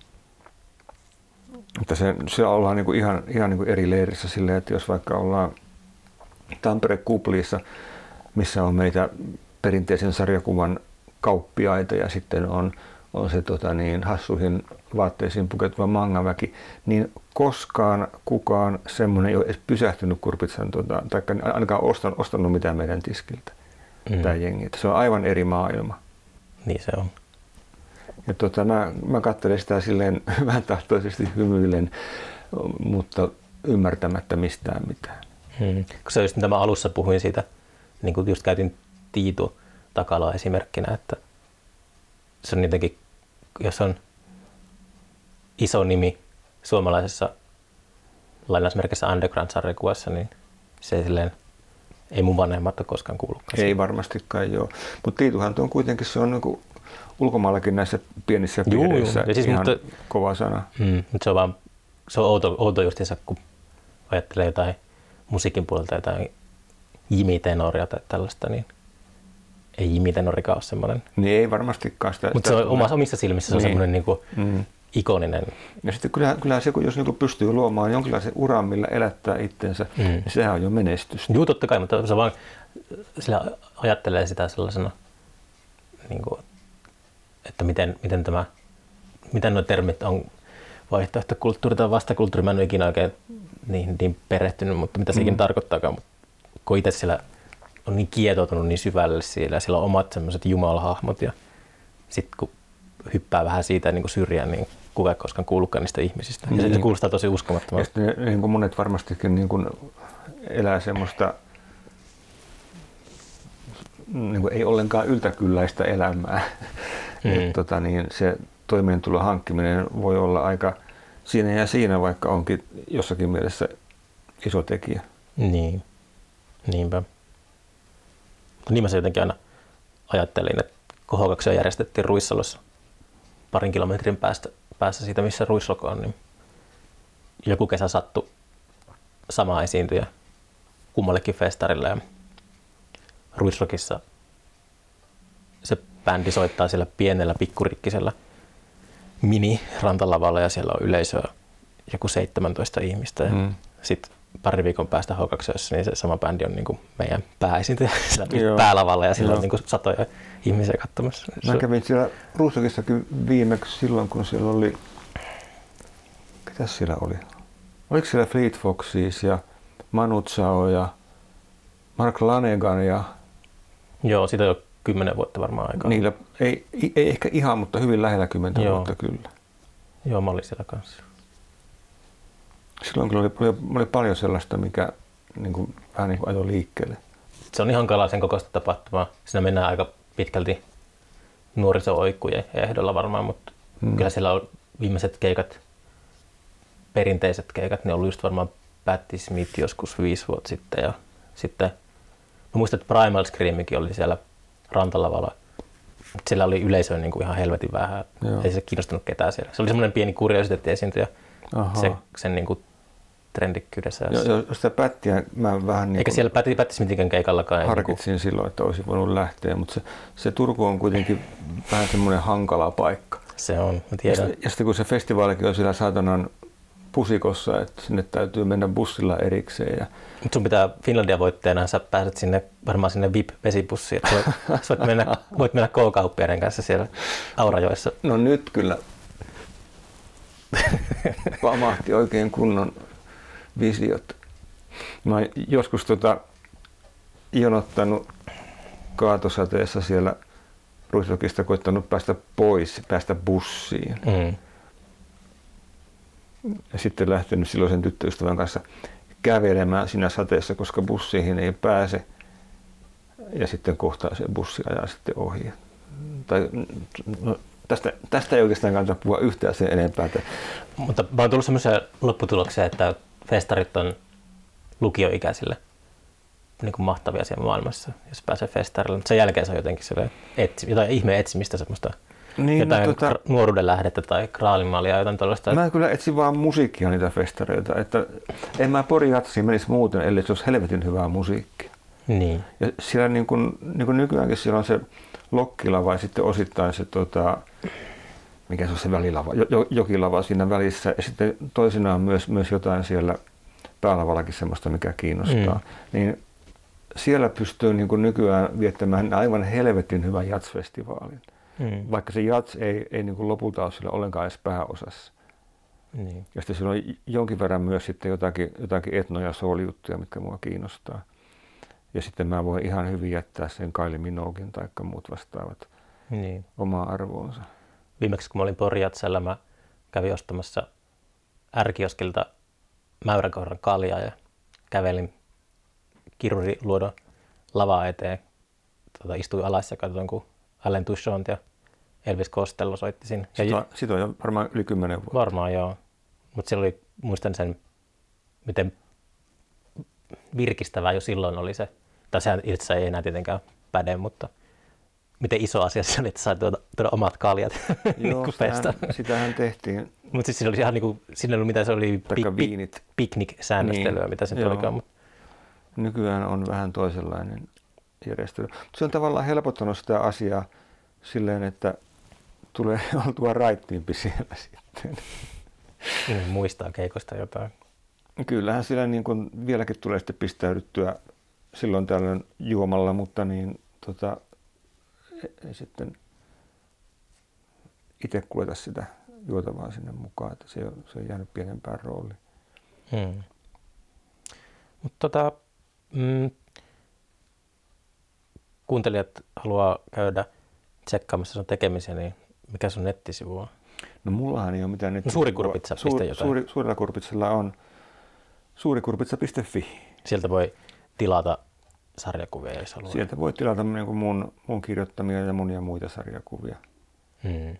Mutta se, se ollaan niin kuin ihan, ihan niin kuin eri leirissä silleen, että jos vaikka ollaan Tampere-kupliissa, missä on meitä perinteisen sarjakuvan kauppiaita ja sitten on, on se tota niin, hassuihin vaatteisiin pukeutuva mangaväki, niin koskaan kukaan semmoinen ei ole edes pysähtynyt kurpitsan, tota, tai ainakaan ostanut, ostanut mitään meidän tiskiltä, mm. tämä jengi. Se on aivan eri maailma.
Niin se on.
Ja tota, mä, mä katselen sitä silleen vähän tahtoisesti hymyillen, mutta ymmärtämättä mistään mitään.
Hmm. Kun se just mitä mä alussa puhuin siitä niin kuin just käytin Tiitu Takaloa esimerkkinä, että se on jotenkin, jos on iso nimi suomalaisessa lainausmerkissä underground-sarjakuvassa, niin se ei, silleen, ei mun vanhemmat ole koskaan kuullutkaan.
Ei varmastikaan joo, mutta Tiituhan on kuitenkin, se on niin ulkomaillakin näissä pienissä piireissä siis ihan mutta, kova sana.
Mm, mutta se on vaan, se on outo, outo justiinsa, kun ajattelee jotain musiikin puolelta, jotain Jimi-tenoria tai tällaista, niin ei Jimi-tenorikaan ole semmoinen.
Niin ei varmastikaan sitä.
Mutta se on omassa, omissa silmissä se on niin. semmoinen niin kuin mm. ikoninen.
Ja sitten kyllähän, kyllähän se, kun jos niin pystyy luomaan jonkinlaisen uran, millä elättää itsensä, mm. niin sehän on jo menestys.
Joo, totta kai, mutta se vaan sillä ajattelee sitä sellaisena, niin kuin, että miten, miten, tämä, miten nuo termit on vaihtoehtokulttuuri tai vastakulttuuri. Mä en ole ikinä oikein niihin niin perehtynyt, mutta mitä se ikinä mm. tarkoittaakaan. Mutta kun itse siellä on niin kietoutunut niin syvälle siellä ja sillä on omat semmoiset jumalahahmot ja sitten kun hyppää vähän siitä niin kuin syrjään, niin kuka ei koskaan kuullutkaan niistä ihmisistä. Ja niin. Se kuulostaa tosi uskomattomalta.
Ja sitten niin kuin monet varmastikin niin kuin elää semmoista niin kuin ei ollenkaan yltäkylläistä elämää. Mm. Et, tota, niin se toimeentulon hankkiminen voi olla aika siinä ja siinä, vaikka onkin jossakin mielessä iso tekijä.
Niin, niinpä. Niin mä se jotenkin aina ajattelin, että kun H kaksi järjestettiin Ruissalossa parin kilometrin päästä, päässä siitä, missä Ruisrock on, niin joku kesä sattui sama esiintyjä kummallekin festarille. Ja Ruisrockissa se bändi soittaa siellä pienellä pikkurikkisellä mini-rantalavalla ja siellä on yleisöä joku seitsemäntoista ihmistä. Mm. Sitten pari viikon päästä H kaksi, niin se sama bändi on niin kuin meidän pääesiintyjä siellä päälavalla ja siellä on niin kuin satoja ihmisiä katsomassa.
Mä kävin siellä Ruissokissakin viimeksi silloin, kun siellä oli, ketäs siellä oli? Oliko siellä Fleet Foxes ja Manu Chao ja Mark Lanegan ja...
Joo, siitä on jo kymmenen vuotta varmaan aikaa.
Niillä, ei, ei ehkä ihan, mutta hyvin lähellä kymmentä Joo. vuotta kyllä.
Joo, mä olin siellä kanssa.
Silloin kyllä oli, oli, oli paljon sellaista, mikä niin kuin, vähän niin kuin ajoi liikkeelle.
Se on niin hankalaa sen kokoista tapahtumaa. Siinä mennään aika pitkälti nuoriso-oikkujen ehdolla varmaan, mutta hmm. kyllä siellä on viimeiset keikat, perinteiset keikat, ne on ollut just varmaan Patti Smith joskus viisi vuotta sitten. Ja sitten mä muistan, että Primal Screamikin oli siellä rantalavalla. Siellä oli yleisöä niin kuin ihan helvetin vähän. Joo. Ei se kiinnostanut ketään siellä. Se oli semmoinen pieni kuriositeettiesiintyjä se, sen niin kuin trendikkyydessä.
Jo, jo, sitä Pättiä mä vähän niin
eikä siellä Patti, Patti Smithinkään keikallakaan.
Harkitsin niin silloin, että olisi voinut lähteä, mutta se, se Turku on kuitenkin vähän semmoinen hankala paikka.
Se on, mä tiedän.
Ja, ja sitten kun se festivaalikin on siellä saatanan pusikossa, että sinne täytyy mennä bussilla erikseen. Ja...
Mutta sun pitää Finlandia voittajana, sä pääset sinne varmaan sinne V I P-vesibussiin, että voit, voit mennä, voit mennä K-kauppiaiden kanssa siellä Aurajoessa.
No nyt kyllä pamahti oikein kunnon visiot. Mä oon joskus tota, jonottanut kaatosateessa siellä Ruissokista, koittanut päästä pois, päästä bussiin. Mm. Ja sitten lähtenyt silloisen tyttöystävän kanssa kävelemään siinä sateessa, koska bussiin ei pääse. Ja sitten kohtaa se bussi ajaa sitten ohi. Tai, no, tästä, tästä ei oikeastaan kannata puhua yhtään sen enempää.
Mutta mä oon tullut semmoiseen lopputulokseen, että festarit on lukioikäisille niin kuin mahtavia siellä maailmassa, jos pääsee festarille. Mutta sen jälkeen se on jotenkin etsi, jotain ihmeen etsimistä, semmoista niin, jotain no, tota, nuoruuden lähdettä tai kraalimallia, jotain tuollaista.
Mä kyllä etsin vaan musiikkia niitä festareita. Että en mä Pori Jatsiin menisi muuten, ellei se olisi helvetin hyvää musiikkia.
Niin.
Ja siellä niin kuin, niin kuin nykyäänkin siellä on se Lokkilava ja sitten osittain se, tota, mikä se on se välilava, jo, jokilava siinä välissä. Ja sitten toisinaan myös, myös jotain siellä päälavallakin semmoista, mikä kiinnostaa. Mm. Niin siellä pystyy niin kuin nykyään viettämään aivan helvetin hyvän jazz-festivaalin. Mm. Vaikka se jazz ei, ei niin kuin lopulta ole sillä ollenkaan edes pääosassa.
Niin.
Ja sitten siellä on jonkin verran myös sitten jotakin, jotakin etno- ja soul-juttuja, mitkä mua kiinnostaa. Ja sitten mä voin ihan hyvin jättää sen Kylie Minogin tai muut vastaavat
niin
omaa arvoonsa.
Viimeksi kun mä olin Pori-Jazzalla, mä kävin ostamassa R-kioskilta mäyräkoiran kaljaa ja kävelin Kiruriluodon lavaa eteen. Tota, istuin alas ja katsoin, kun Alain Touchant ja Elvis Costello soitti siinä.
Siitä on, siitä on jo varmaan yli kymmenen vuotta.
Varmaan joo. Mutta siellä oli, muistan sen, miten virkistävää jo silloin oli se. Tai sehän itse asiassa ei enää tietenkään päde, mutta miten iso asia se oli, että sai tuoda, tuoda omat kaljat kupeesta.
Joo, sitähän tehtiin.
Mutta siis siinä oli ihan niin kuin, siinä oli mitä se oli,
Taikka viinit.
piknik-säännöstelyä,
Niin,
mitä se
joo.
olikaan. Mutta
Nykyään on vähän toisenlainen järjestely. Se on tavallaan helpottanut sitä asiaa silleen, että tulee oltua raittiimpi siellä sitten.
niin, muistaa keikosta jotain.
Kyllähän siellä niin kuin vieläkin tulee sitten pistäydyttyä silloin tällöin juomalla, mutta niin tota, ei sitten itse kuljeta sitä juotavaa sinne mukaan, että se on, se on jäänyt pienempään rooliin.
Hmm. Mutta tota, mm, kuuntelijat haluaa käydä tsekkaamassa sun tekemisiä, niin mikä sun nettisivu on?
No mullahan ei ole mitään nettisivua.
No Suurikurpitsa piste
Suur,
jotain.
suuri, suurella kurpitsalla on suurikurpitsa piste fi.
Sieltä voi tilata sarjakuvia, jos haluaa.
Sieltä voi tilata niin kuin mun, mun kirjoittamia ja monia muita sarjakuvia.
Hmm.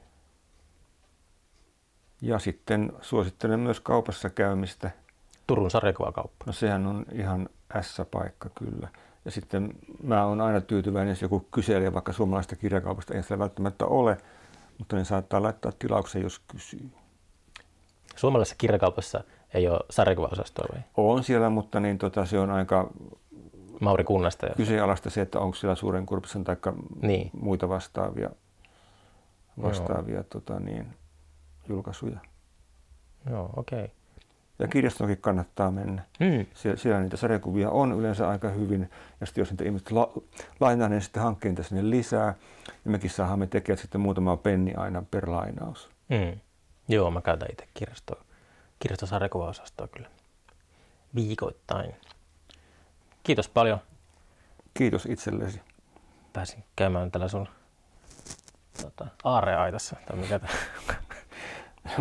Ja sitten suosittelen myös kaupassa käymistä.
Turun sarjakuvakauppa.
No sehän on ihan ässäpaikka kyllä. Ja sitten mä oon aina tyytyväinen, jos joku kyselee vaikka suomalaisesta kirjakaupasta, ei sitä välttämättä ole, mutta ne saattaa laittaa tilauksen, jos kysyy.
Suomalaisessa kirjakaupassa ei ole sarjakuvaosastoa vai?
On siellä, mutta niin tota, se on aika
Mauri Kunnasta. Ja
kyseenalaista se, että onko siellä Suuren Kurpitsan tai
niin.
muita vastaavia, vastaavia tota, niin, julkaisuja.
Joo, okei. Okay.
Ja kirjastoonkin kannattaa mennä.
Mm.
Sie- siellä niitä sarjakuvia on yleensä aika hyvin. Ja sitten jos niitä ihmiset la- lainaa, niin sitten hankkeen niitä sinne lisää. Ja mekin saadaan me tekijät sitten muutama penni aina per lainaus.
Mm. Joo, mä käytän itse kirjastoa, kirjastosarjakuvaosastoa kyllä viikoittain. Kiitos paljon.
Kiitos itsellesi.
Pääsin käymään tällä sun tota, aarreaitassa. Tai mikä tää?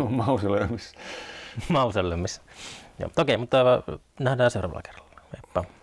Mausoleumissa.
Mausoleumissa. Joo, okei, mutta nähdään seuraavalla kerralla. Heippa.